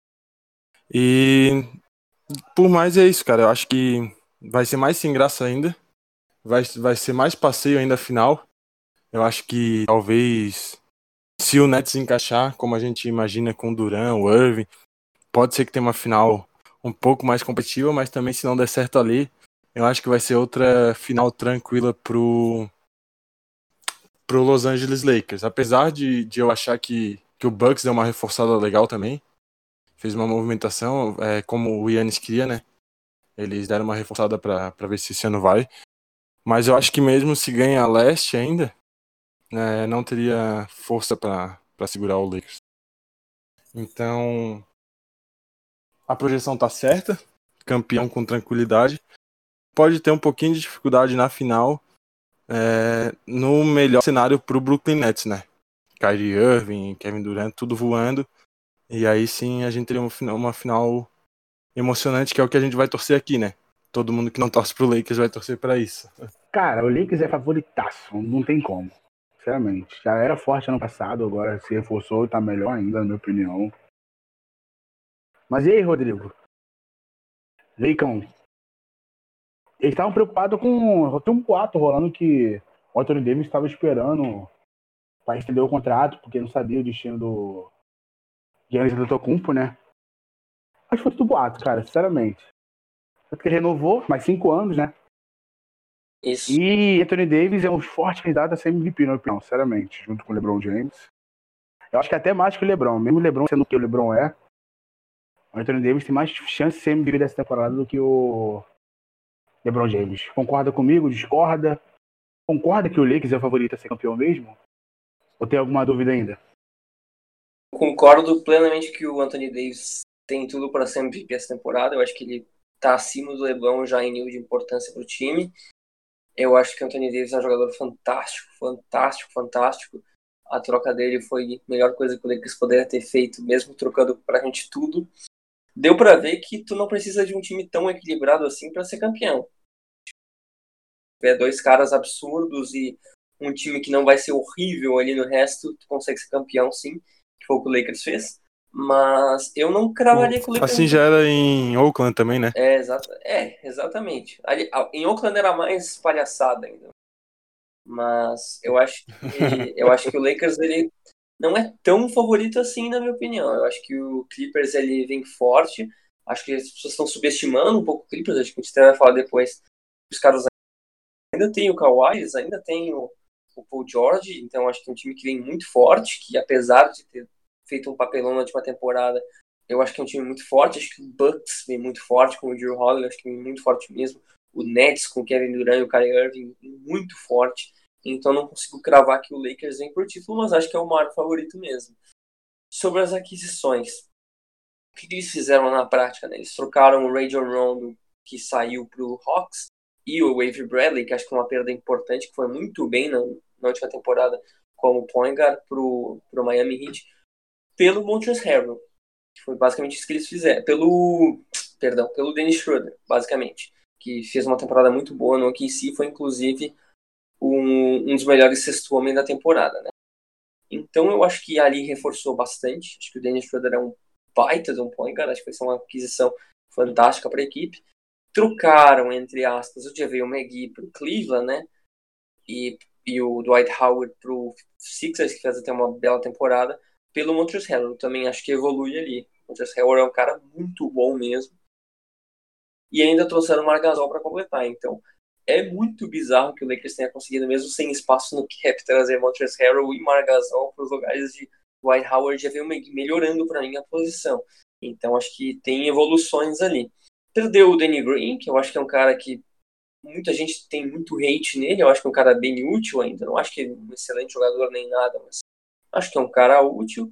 E por mais é isso, cara. Eu acho que vai ser mais sem graça ainda. Vai ser mais passeio ainda final. Eu acho que talvez, se o Nets encaixar, como a gente imagina com o Durant, o Irving, pode ser que tenha uma final um pouco mais competitiva, mas também se não der certo ali, eu acho que vai ser outra final tranquila pro Los Angeles Lakers. Apesar de eu achar que o Bucks deu uma reforçada legal também. Fez uma movimentação, como o Giannis queria, né? Eles deram uma reforçada pra ver se esse ano vai. Mas eu acho que mesmo se ganha a leste ainda, não teria força pra segurar o Lakers. Então, a projeção tá certa. Campeão com tranquilidade. Pode ter um pouquinho de dificuldade na final, no melhor cenário pro Brooklyn Nets, né? Kyrie Irving, Kevin Durant, tudo voando. E aí sim a gente teria uma final emocionante, que é o que a gente vai torcer aqui, né? Todo mundo que não torce pro Lakers vai torcer pra isso. Cara, o Lakers é favoritaço, não tem como. Sinceramente. Já era forte ano passado, agora se reforçou e tá melhor ainda, na minha opinião. Mas e aí, Rodrigo? Leicão. Eles estavam preocupados com... Tem um boato rolando que o Anthony Davis estava esperando para estender o contrato, porque não sabia o destino do Giannis Antetokounmpo, né? Mas foi tudo boato, cara, sinceramente. Porque ele renovou mais 5 anos, né? Isso. E Anthony Davis é um forte candidato a ser MVP, na minha opinião, sinceramente, junto com o LeBron James. Eu acho que até mais que o LeBron, mesmo o LeBron sendo o que o LeBron é, O Anthony Davis tem mais chance de ser MVP dessa temporada do que o LeBron James. Concorda comigo? Discorda? Concorda que o Lakers é o favorito a ser campeão mesmo? Ou tem alguma dúvida ainda? Concordo plenamente que o Anthony Davis tem tudo para ser MVP essa temporada. Eu acho que ele está acima do LeBron já em nível de importância para o time. Eu acho que o Anthony Davis é um jogador fantástico, fantástico, fantástico. A troca dele foi a melhor coisa que o Lakers poderia ter feito, mesmo trocando pra gente tudo. Deu pra ver que tu não precisa de um time tão equilibrado assim pra ser campeão. É dois caras absurdos e um time que não vai ser horrível ali no resto, tu consegue ser campeão sim, que foi o que o Lakers fez. Mas eu não cravaria que o Lakers... Assim já era em Oakland também, né? Exatamente. Ali, em Oakland era mais palhaçada ainda. Mas eu acho que o Lakers ele não é tão favorito assim, na minha opinião. Eu acho que o Clippers ele vem forte. Acho que as pessoas estão subestimando um pouco o Clippers. Acho que a gente até vai falar depois. Os caras ainda tem o Kawhi, eles ainda tem o Paul George. Então acho que é um time que vem muito forte. Que apesar de ter feito um papelão na última temporada, eu acho que é um time muito forte. Acho que o Bucks vem muito forte com o Drew Holiday. Acho que vem muito forte mesmo. O Nets com o Kevin Durant e o Kyrie Irving muito forte. Então não consigo cravar que o Lakers vem por título, mas acho que é o maior favorito mesmo. Sobre as aquisições, o que eles fizeram na prática? Né? Eles trocaram o Rajon Rondo, que saiu para o Hawks, e o Avery Bradley, que acho que é uma perda importante, que foi muito bem na última temporada como point guard para o Miami Heat, pelo Montrezl Harrell, que foi basicamente isso que eles fizeram. Pelo Dennis Schroeder, basicamente, que fez uma temporada muito boa no OKC, foi inclusive um dos melhores sexto homem da temporada, né? Então eu acho que ali reforçou bastante. Acho que o Dennis Schroeder é um baita de um point guard. Acho que vai ser uma aquisição fantástica para a equipe. Trocaram, entre aspas, o JaVale McGee para o Cleveland, né? E o Dwight Howard para o Sixers, que fez até uma bela temporada, pelo Montrezl Harrell. Eu também acho que evolui ali. O Montrezl Harrell é um cara muito bom mesmo. E ainda trouxeram o Marc Gasol para completar. Então é muito bizarro que o Lakers tenha conseguido, mesmo sem espaço no cap, trazer Montrezl Harrell e Marc Gasol para os lugares de Dwight Howard. Já veio melhorando para mim a posição. Então acho que tem evoluções ali. Perdeu o Danny Green, que eu acho que é um cara que muita gente tem muito hate nele. Eu acho que é um cara bem útil ainda. Não acho que ele é um excelente jogador nem nada, mas acho que é um cara útil.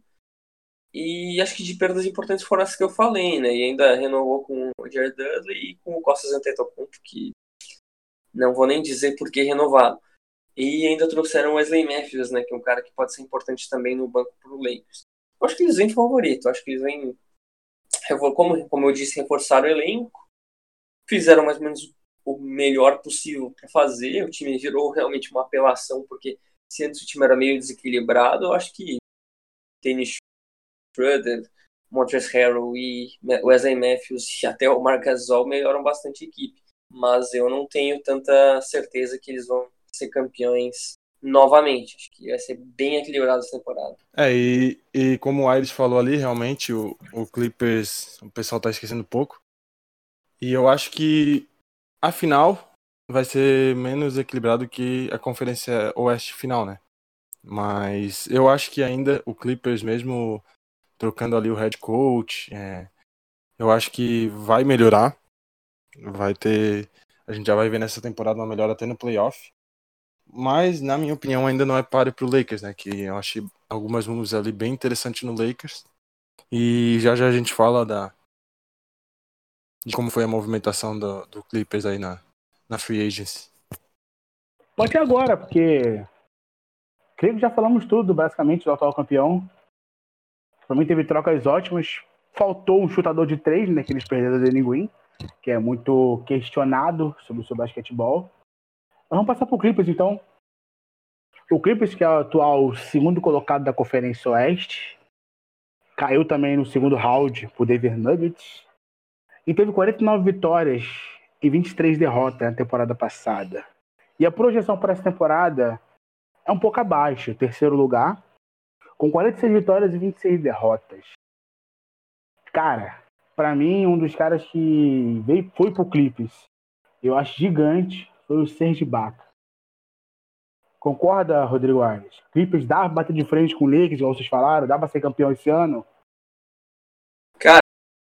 E acho que de perdas importantes foram as que eu falei, né? E ainda renovou com o Jared Dudley e com o Kostas Antetokounmpo, que não vou nem dizer por que renovaram. E ainda trouxeram o Wesley Matthews, né, que é um cara que pode ser importante também no banco pro Lakers. Eu acho que eles vêm favorito. Acho que eles vêm, como eu disse, reforçaram o elenco. Fizeram mais ou menos o melhor possível para fazer. O time virou realmente uma apelação, porque se antes o time era meio desequilibrado, eu acho que Dennis Schroeder, Montrezl Harrell e Wesley Matthews e até o Marc Gasol melhoram bastante a equipe. Mas eu não tenho tanta certeza que eles vão ser campeões novamente. Acho que vai ser bem equilibrado essa temporada. E como o Aires falou ali, realmente o Clippers, o pessoal tá esquecendo pouco. E eu acho que a final vai ser menos equilibrado que a Conferência Oeste final, né? Mas eu acho que ainda o Clippers, mesmo trocando ali o head coach, eu acho que vai melhorar. A gente já vai ver nessa temporada uma melhora até no playoff. Mas, na minha opinião, ainda não é páreo pro Lakers, né? Que eu achei algumas moves ali bem interessantes no Lakers. E já a gente fala de como foi a movimentação do Clippers aí na Free Agency. Pode ser agora, porque creio que já falamos tudo, basicamente, do atual campeão. Para mim teve trocas ótimas. Faltou um chutador de 3, né, que eles perderam do Danny Green, que é muito questionado sobre o seu basquetebol. Mas vamos passar pro Clippers, então. O Clippers, que é o atual segundo colocado da Conferência Oeste, caiu também no segundo round pro Denver Nuggets e teve 49 vitórias e 23 derrotas na temporada passada. E a projeção para essa temporada é um pouco abaixo, terceiro lugar, com 46 vitórias e 26 derrotas. Cara, para mim, um dos caras que foi pro Clippers, eu acho gigante, foi o Serge Ibaka. Concorda, Rodrigo Aires? Clippers dá pra bater de frente com o Lakers, igual vocês falaram? Dá pra ser campeão esse ano? Cara,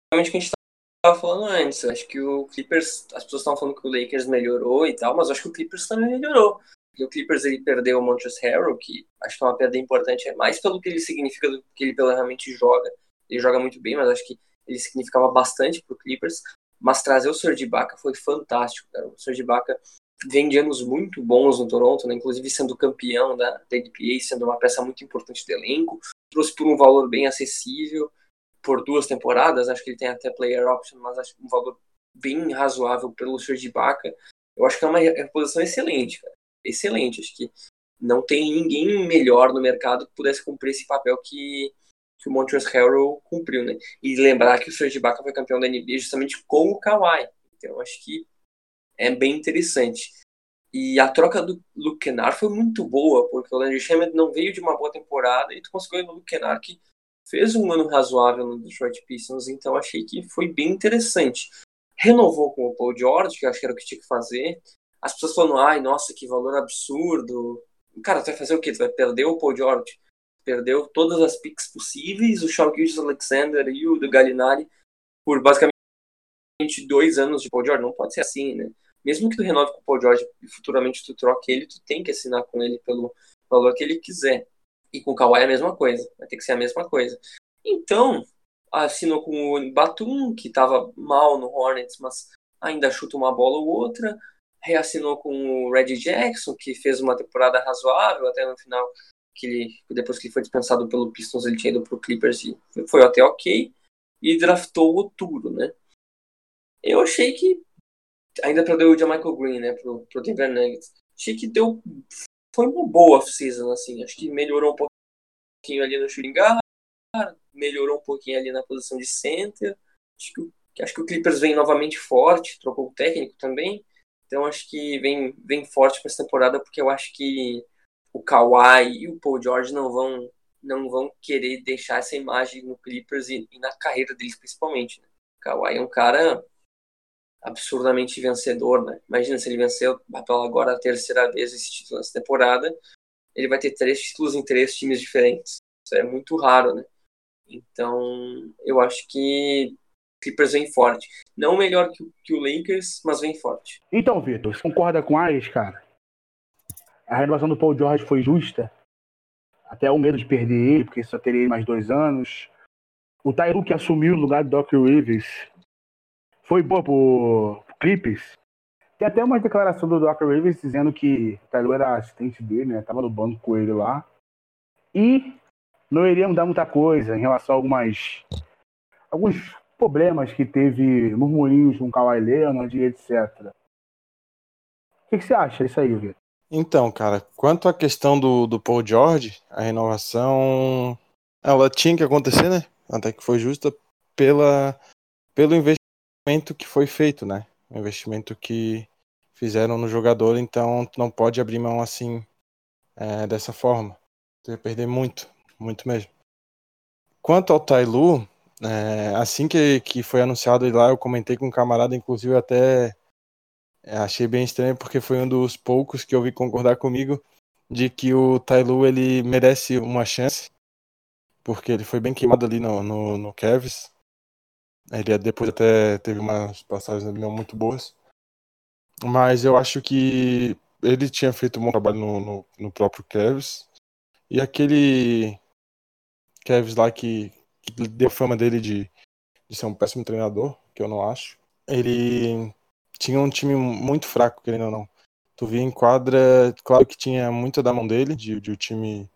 o que a gente estava falando antes. Eu acho que o Clippers, as pessoas estavam falando que o Lakers melhorou e tal, mas eu acho que o Clippers também melhorou. Porque o Clippers ele perdeu o Montrezl Harrell, que acho que é uma perda importante, é mais pelo que ele significa do que ele realmente joga. Ele joga muito bem, mas acho que ele significava bastante pro Clippers. Mas trazer o Serge Ibaka foi fantástico, cara. O Serge Ibaka vem de anos muito bons no Toronto, né? Inclusive sendo campeão da NBA, sendo uma peça muito importante do elenco. Trouxe por um valor bem acessível, por 2 temporadas. Acho que ele tem até player option, mas acho um valor bem razoável pelo Serge Ibaka. Eu acho que é uma reposição excelente, cara. Excelente. Acho que não tem ninguém melhor no mercado que pudesse cumprir esse papel que o Montrezl Harrell cumpriu, né? E lembrar que o Serge Ibaka foi campeão da NBA justamente com o Kawhi. Então acho que é bem interessante. E a troca do Luke Kennard foi muito boa, porque o Landry Shamet não veio de uma boa temporada e tu conseguiu no Luke Kennard, que fez um ano razoável no Detroit Pistons, então achei que foi bem interessante. Renovou com o Paul George, que eu acho que era o que tinha que fazer. As pessoas falando, ai, nossa, que valor absurdo. Cara, tu vai fazer o quê? Tu vai perder o Paul George? Perdeu todas as picks possíveis, o Shai Gilgeous-Alexander e o do Gallinari, por basicamente 2 anos de Paul George. Não pode ser assim, né? Mesmo que tu renove com o Paul George e futuramente tu troque ele, tu tem que assinar com ele pelo valor que ele quiser. E com o Kawhi é a mesma coisa. Vai ter que ser a mesma coisa. Então, assinou com o Batum, que estava mal no Hornets, mas ainda chuta uma bola ou outra. Reassinou com o Reggie Jackson, que fez uma temporada razoável até no final, depois que ele foi dispensado pelo Pistons, ele tinha ido pro Clippers e foi até ok. E draftou o Turo, né? Eu achei que ainda perdeu o Jamichael Green, né, pro Denver Nuggets. Achei que foi uma boa off-season, assim. Acho que melhorou um pouquinho ali no shooting guard, melhorou um pouquinho ali na posição de center. Acho que o Clippers vem novamente forte, trocou o técnico também. Então acho que vem forte para essa temporada, porque eu acho que o Kawhi e o Paul George não vão querer deixar essa imagem no Clippers e na carreira deles principalmente, né? O Kawhi é um cara absurdamente vencedor, né? Imagina se ele venceu agora a 3ª vez esse título nessa temporada, ele vai ter 3 títulos em 3 times diferentes. Isso é muito raro, né? Então, eu acho que o Clippers vem forte. Não melhor que o Lakers, mas vem forte. Então, Vitor, você concorda com o Ares, cara? A renovação do Paul George foi justa? Até o medo de perder ele, porque só teria ele mais 2 anos. O Ty Lue, que assumiu o lugar do Doc Rivers, foi boa pro Clippers. Tem até uma declaração do Doc Rivers dizendo que o Ty Lue era assistente dele, né? Tava no banco com ele lá. E não iria mudar muita coisa em relação a alguns problemas que teve, murmurinhos com o Kawhi Leonard e etc. O que você acha disso aí, Vitor? Então, cara, quanto à questão do Paul George, a renovação, ela tinha que acontecer, né? Até que foi justa pelo investimento que foi feito, né? O investimento que fizeram no jogador, então tu não pode abrir mão assim, dessa forma. Tu ia perder muito, muito mesmo. Quanto ao Ty Lue, assim que foi anunciado ele lá, eu comentei com um camarada, inclusive até achei bem estranho, porque foi um dos poucos que eu vi concordar comigo de que o Ty Lue, ele merece uma chance, porque ele foi bem queimado ali no Cavs. Ele depois até teve umas passagens não muito boas. Mas eu acho que ele tinha feito um bom trabalho no próprio Cavs. E aquele Cavs lá que deu fama dele de ser um péssimo treinador, que eu não acho. Ele tinha um time muito fraco, querendo ou não. Tu via em quadra, claro que tinha muito da mão dele, de o time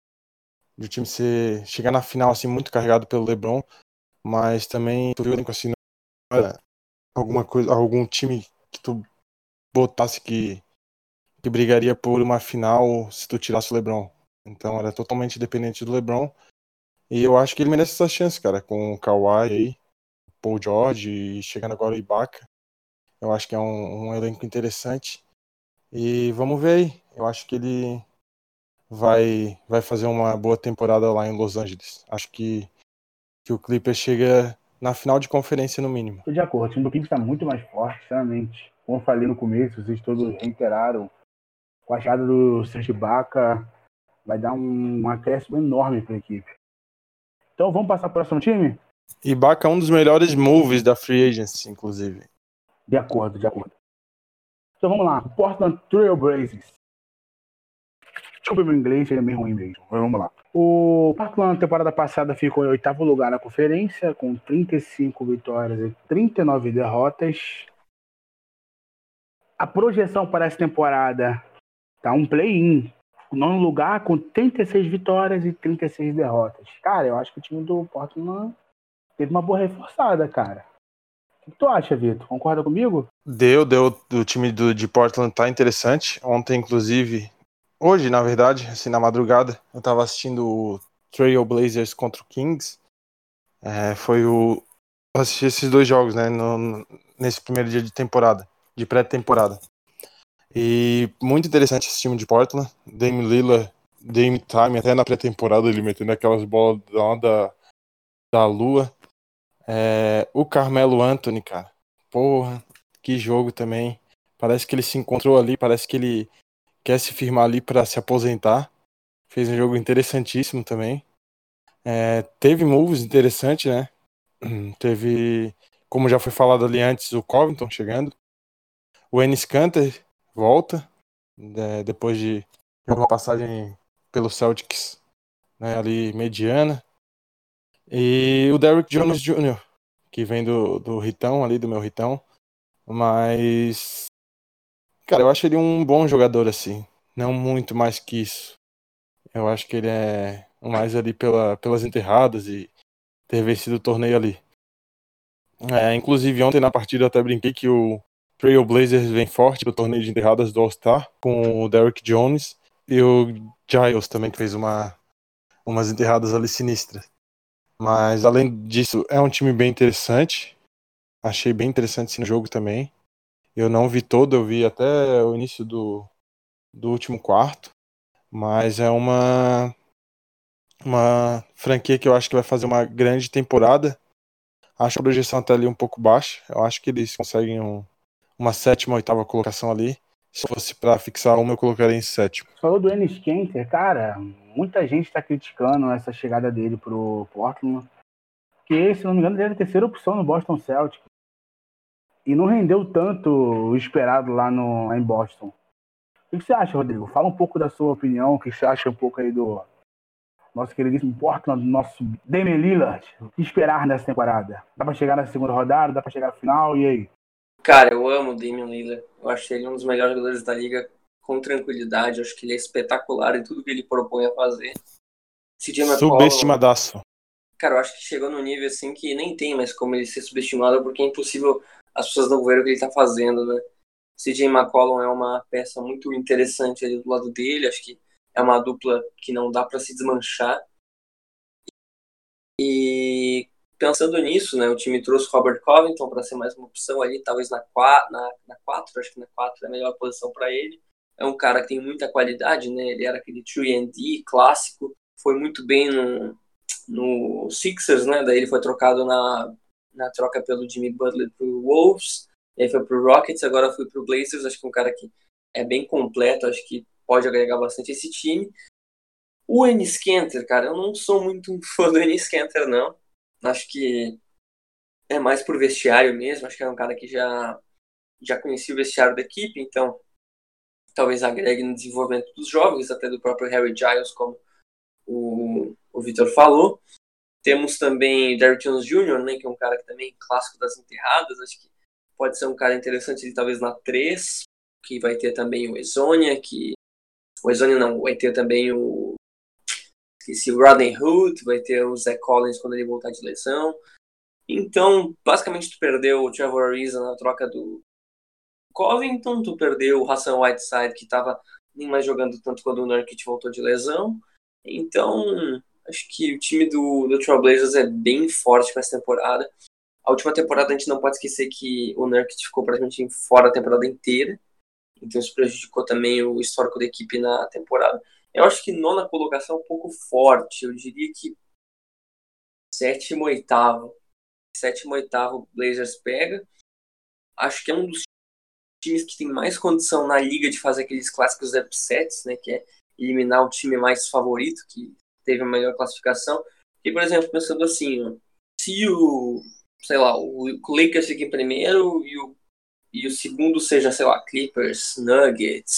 chegar na final assim muito carregado pelo LeBron, mas também tu viu assim, não era alguma coisa, algum time que tu botasse que brigaria por uma final se tu tirasse o LeBron. Então era totalmente dependente do LeBron. E eu acho que ele merece essa chance, cara, com o Kawhi aí, Paul George e chegando agora o Ibaka. Eu acho que é um elenco interessante. E vamos ver aí. Eu acho que ele vai fazer uma boa temporada lá em Los Angeles. Acho que o Clippers chega na final de conferência no mínimo. Estou de acordo, o time do Clippers está muito mais forte, sinceramente. Como eu falei no começo, vocês todos reiteraram, com a chegada do Serge Ibaka vai dar um acréscimo enorme para a equipe. Então vamos passar para o próximo time? Ibaka é um dos melhores moves da Free Agency, inclusive. De acordo. Então vamos lá. Portland Trail Blazers. Desculpa meu inglês, ele é meio ruim mesmo. Mas vamos lá. O Portland na temporada passada ficou em 8º lugar na conferência, com 35 vitórias e 39 derrotas. A projeção para essa temporada tá um play-in. Nono lugar com 36 vitórias e 36 derrotas. Cara, eu acho que o time do Portland teve uma boa reforçada, cara. O que tu acha, Vitor? Concorda comigo? Deu. O time de Portland tá interessante. Ontem, inclusive, hoje, na verdade, assim, na madrugada, eu tava assistindo o Trail Blazers contra o Kings. Eu assisti esses dois jogos, né, nesse primeiro dia de temporada, de pré-temporada. E muito interessante esse time de Portland. Dame Lillard, Dame Time, até na pré-temporada ele metendo aquelas bolas lá da lua. O Carmelo Anthony, cara, porra, que jogo também. Parece que ele se encontrou ali, parece que ele quer se firmar ali para se aposentar. Fez um jogo interessantíssimo também. Teve moves interessantes, né? Teve, como já foi falado ali antes, o Covington chegando. O Enes Kanter volta, depois de uma passagem pelo Celtics, né, ali mediana. E o Derrick Jones Jr., que vem do Ritão, ali do meu Ritão. Mas, cara, eu acho ele um bom jogador, assim. Não muito mais que isso. Eu acho que ele é mais ali pelas enterradas e ter vencido o torneio ali. Inclusive, ontem na partida eu até brinquei que o Trail Blazers vem forte pro torneio de enterradas do All-Star, com o Derrick Jones e o Giles também, que fez umas enterradas ali sinistras. Mas, além disso, é um time bem interessante. Achei bem interessante esse jogo também. Eu não vi todo, eu vi até o início do último quarto. Mas é uma franquia que eu acho que vai fazer uma grande temporada. Acho a projeção até ali um pouco baixa. Eu acho que eles conseguem uma 7ª, 8ª colocação ali. Se fosse para fixar uma, eu colocaria em 7º. Você falou do Enes Kanter, cara. Muita gente está criticando essa chegada dele pro Portland. Porque, se não me engano, ele era a terceira opção no Boston Celtics. E não rendeu tanto o esperado lá em Boston. O que você acha, Rodrigo? Fala um pouco da sua opinião. O que você acha um pouco aí do nosso queridíssimo Portland, do nosso Damian Lillard? O que esperar nessa temporada? Dá pra chegar na segunda rodada? Dá pra chegar na final? E aí? Cara, eu amo o Damian Lillard. Eu achei ele um dos melhores jogadores da liga com tranquilidade. Eu acho que ele é espetacular em tudo que ele propõe a fazer. CJ McCollum, Subestimadaço. cara, eu acho que chegou num nível assim que nem tem mais como ele ser subestimado, porque é impossível as pessoas não verem o que ele tá fazendo, né? CJ McCollum é uma peça muito interessante ali do lado dele. Acho que é uma dupla que não dá pra se desmanchar. E pensando nisso, né, o time trouxe Robert Covington para ser mais uma opção ali, talvez na 4, acho que na 4 é a melhor posição para ele. É um cara que tem muita qualidade, né? Ele era aquele 3&D clássico, foi muito bem no Sixers, né? Daí ele foi trocado na troca pelo Jimmy Butler pro Wolves, aí foi pro Rockets, agora foi pro Blazers. Acho que é um cara que é bem completo, acho que pode agregar bastante esse time. O Enes Kanter, cara, eu não sou muito um fã do Enes Kanter, não. Acho que é mais por vestiário mesmo. Acho que é um cara que já conhecia o vestiário da equipe, então talvez agregue no desenvolvimento dos jovens, até do próprio Harry Giles, como o Vitor falou. Temos também Derrick Jones Jr., né, que é um cara que também é clássico das enterradas. Acho que pode ser um cara interessante ali, talvez na 3, que vai ter também o Ezonia, o Ezonia não, vai ter também o Rodney Hood, vai ter o Zach Collins quando ele voltar de lesão. Então, basicamente, tu perdeu o Trevor Ariza na troca do Covington, tu perdeu o Hassan Whiteside, que estava nem mais jogando tanto quando o Nurkic voltou de lesão. Então, acho que o time do Trailblazers é bem forte para essa temporada. A última temporada a gente não pode esquecer que o Nurkic ficou praticamente fora a temporada inteira. Então isso prejudicou também o histórico da equipe na temporada. Eu acho que 9ª colocação é um pouco forte. Eu diria que 7º, 8º. 7º, 8º Blazers pega. Acho que é um dos times que tem mais condição na liga de fazer aqueles clássicos upsets, né, que é eliminar o time mais favorito, que teve a melhor classificação. E, por exemplo, pensando assim, se o Lakers fique em primeiro e o segundo seja, sei lá, Clippers, Nuggets,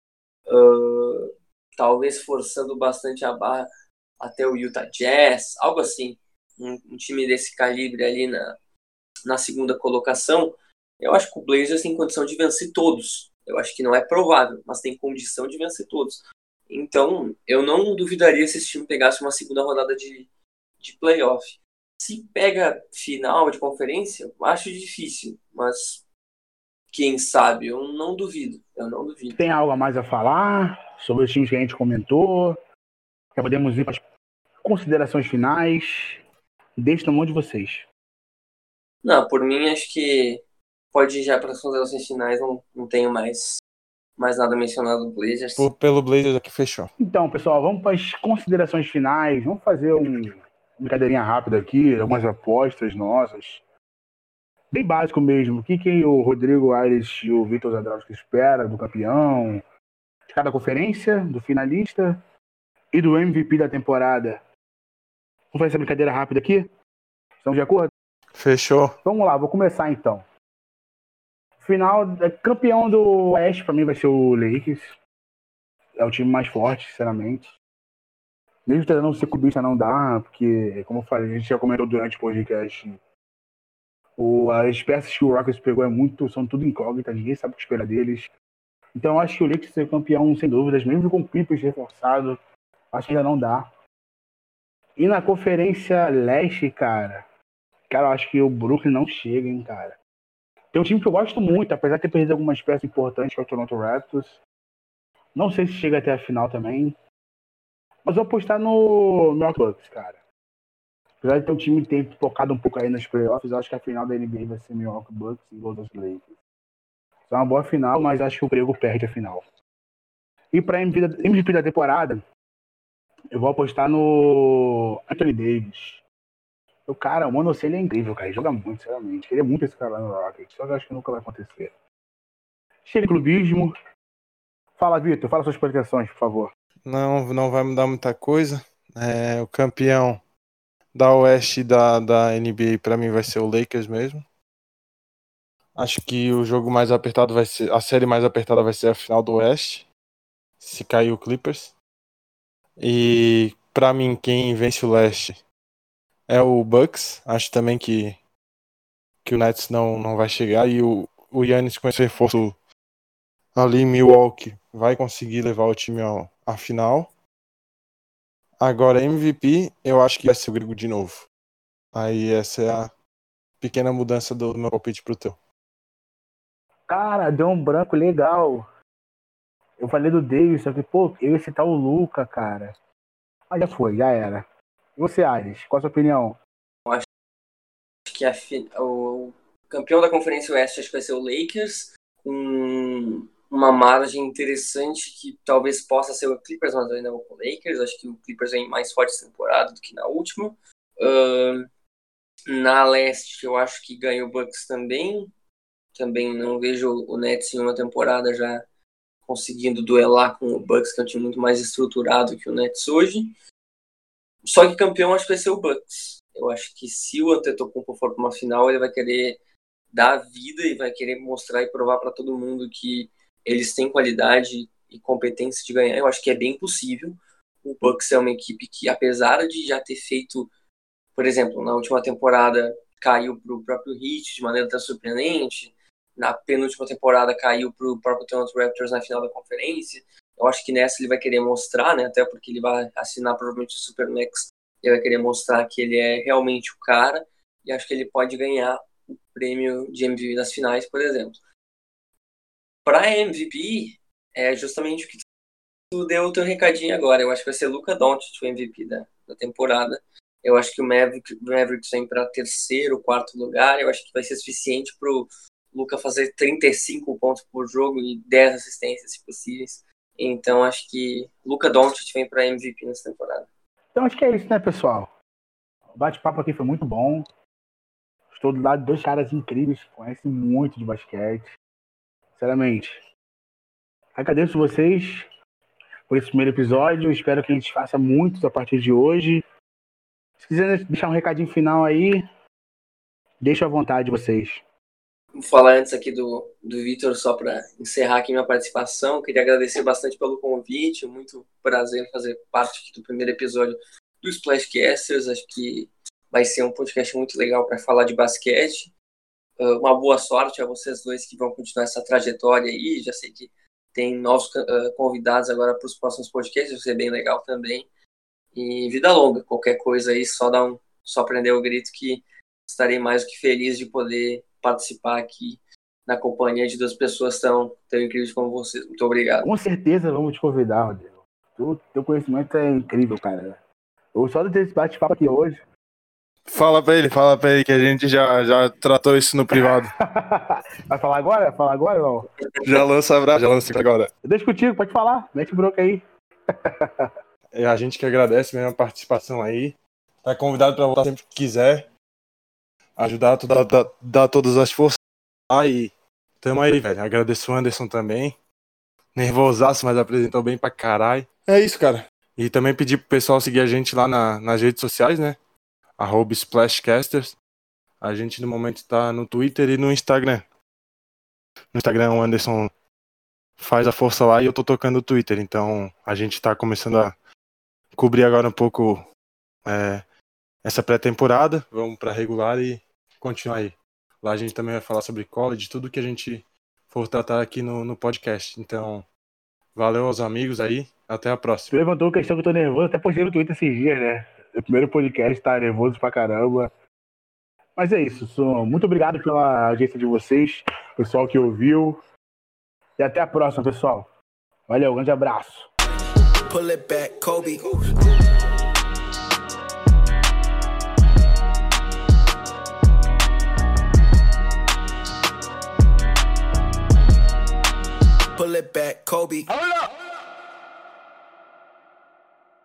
talvez forçando bastante a barra até o Utah Jazz, algo assim, um time desse calibre ali na segunda colocação, eu acho que o Blazers tem condição de vencer todos. Eu acho que não é provável, mas tem condição de vencer todos. Então, eu não duvidaria se esse time pegasse uma segunda rodada de playoff. Se pega final de conferência, eu acho difícil, mas quem sabe, eu não duvido. Tem algo a mais a falar sobre os times que a gente comentou? Já podemos ir para as considerações finais. Deixo na mão de vocês. Não, por mim, acho que pode ir já para as considerações finais, não tenho mais nada mencionado do Blazers. Pelo Blazers aqui, fechou. Então, pessoal, vamos para as considerações finais. Vamos fazer uma brincadeirinha rápida aqui, algumas apostas nossas. Bem básico mesmo. O que o Rodrigo Aires e o Vitor Zadrausky espera do campeão, de cada conferência, do finalista e do MVP da temporada. Vamos fazer essa brincadeira rápida aqui? Estão de acordo? Fechou. Vamos lá, vou começar então. Campeão do Oeste, para mim, vai ser o Lakers. É o time mais forte, sinceramente. Mesmo tentando ser clubista, não dá, porque, como eu falei, a gente já comentou durante o podcast, as peças que o Rockets pegou são tudo incógnitas, ninguém sabe o que esperar deles. Então, eu acho que o Lakers ser campeão, sem dúvidas, mesmo com o Clippers reforçado, acho que ainda não dá. E na Conferência Leste, cara, eu acho que o Brooklyn não chega, hein, cara. Tem um time que eu gosto muito, apesar de ter perdido algumas peças importantes, que é o Toronto Raptors. Não sei se chega até a final também. Mas vou apostar no Milwaukee Bucks, cara. Apesar de ter um time que tem focado um pouco aí nas playoffs, eu acho que a final da NBA vai ser Milwaukee Bucks e Golden State Lakers. É uma boa final, mas acho que o Grego perde a final. E para MVP da temporada, eu vou apostar no Anthony Davis. O cara, o Monocelli é incrível, cara. Ele joga muito, sinceramente. Queria muito esse cara lá no Rockets, só que eu acho que nunca vai acontecer. Chega de clubismo. Fala, Vitor. Fala suas pretensões, por favor. Não vai mudar muita coisa. O campeão da Oeste e da NBA pra mim vai ser o Lakers mesmo. Acho que o jogo mais apertado vai ser... A série mais apertada vai ser a final do Oeste. Se cair o Clippers. E pra mim, quem vence o Leste é o Bucks. Acho também que o Nets não vai chegar. E o Giannis com esse reforço ali em Milwaukee vai conseguir levar o time à final. Agora, MVP, eu acho que vai ser o Grego de novo. Aí essa é a pequena mudança do meu palpite pro teu. Cara, deu um branco legal. Eu falei do Davis, só que, eu ia citar o Luka, cara. Mas já foi, já era. E você, Ares, qual a sua opinião? Acho que o campeão da Conferência Oeste acho que vai ser o Lakers, com uma margem interessante que talvez possa ser o Clippers, mas eu ainda vou com o Lakers. Acho que o Clippers vem mais forte essa temporada do que na última. Na Leste, eu acho que ganha o Bucks também. Também não vejo o Nets em uma temporada já conseguindo duelar com o Bucks, que é um time muito mais estruturado que o Nets hoje. Só que campeão acho que vai ser o Bucks. Eu acho que se o Antetokounmpo for para uma final, ele vai querer dar vida e vai querer mostrar e provar para todo mundo que eles têm qualidade e competência de ganhar. Eu acho que é bem possível. O Bucks é uma equipe que, apesar de já ter feito, por exemplo, na última temporada caiu para o próprio Heat de maneira até surpreendente, na penúltima temporada caiu para o próprio Toronto Raptors na final da conferência. Eu acho que nessa ele vai querer mostrar, né, até porque ele vai assinar provavelmente o Supermax, ele vai querer mostrar que ele é realmente o cara, e acho que ele pode ganhar o prêmio de MVP das finais, por exemplo. Para MVP, é justamente o que tu deu o teu recadinho agora. Eu acho que vai ser Luka Doncic o MVP da temporada. Eu acho que o Mavericks vem para terceiro, quarto lugar. Eu acho que vai ser suficiente para o Luka fazer 35 pontos por jogo e 10 assistências, se possíveis. Então, acho que Luka Doncic vem para MVP nessa temporada. Então, acho que é isso, né, pessoal? O bate-papo aqui foi muito bom. Estou do lado de dois caras incríveis que conhecem muito de basquete. Sinceramente, agradeço vocês por esse primeiro episódio. Espero que a gente faça muitos a partir de hoje. Se quiser deixar um recadinho final aí, deixa à vontade vocês. Vou falar antes aqui do Vitor, só para encerrar aqui minha participação. Queria agradecer bastante pelo convite, muito prazer fazer parte aqui do primeiro episódio do Splashcasters. Acho que vai ser um podcast muito legal para falar de basquete. Uma boa sorte a vocês dois que vão continuar essa trajetória aí. Já sei que tem novos convidados agora para os próximos podcasts, vai ser bem legal também. E vida longa, qualquer coisa aí, só prender o grito que estarei mais do que feliz de poder participar aqui na companhia de duas pessoas tão incríveis como vocês. Muito obrigado. Com certeza vamos te convidar, Rodrigo. Teu conhecimento é incrível, cara. Eu só de ter esse bate-papo aqui hoje. Fala pra ele que a gente já tratou isso no privado. Vai falar agora? Fala agora ou não? Já lança agora. Deixa contigo, pode falar. Mete bronca aí. É a gente que agradece mesmo a participação aí. Tá convidado pra voltar sempre que quiser. Ajudar, dar todas as forças. Aí, tamo aí, velho. Agradeço o Anderson também. Nervosaço, mas apresentou bem pra caralho. É isso, cara. E também pedir pro pessoal seguir a gente lá nas redes sociais, né? @Splashcasters. A gente no momento tá no Twitter e no Instagram. No Instagram o Anderson faz a força lá e eu tô tocando o Twitter. Então a gente tá começando a cobrir agora um pouco essa pré-temporada. Vamos pra regular e continuar aí. Lá a gente também vai falar sobre college, tudo que a gente for tratar aqui no podcast. Então, valeu aos amigos aí. Até a próxima. Você levantou a questão que eu tô nervoso, até postei no Twitter esses dias, né? O primeiro podcast tá nervoso pra caramba. Mas é isso. Muito obrigado pela audiência de vocês, pessoal que ouviu. E até a próxima, pessoal. Valeu, um grande abraço. Pull it back, Kobe. Pull it back, Kobe. Hold up.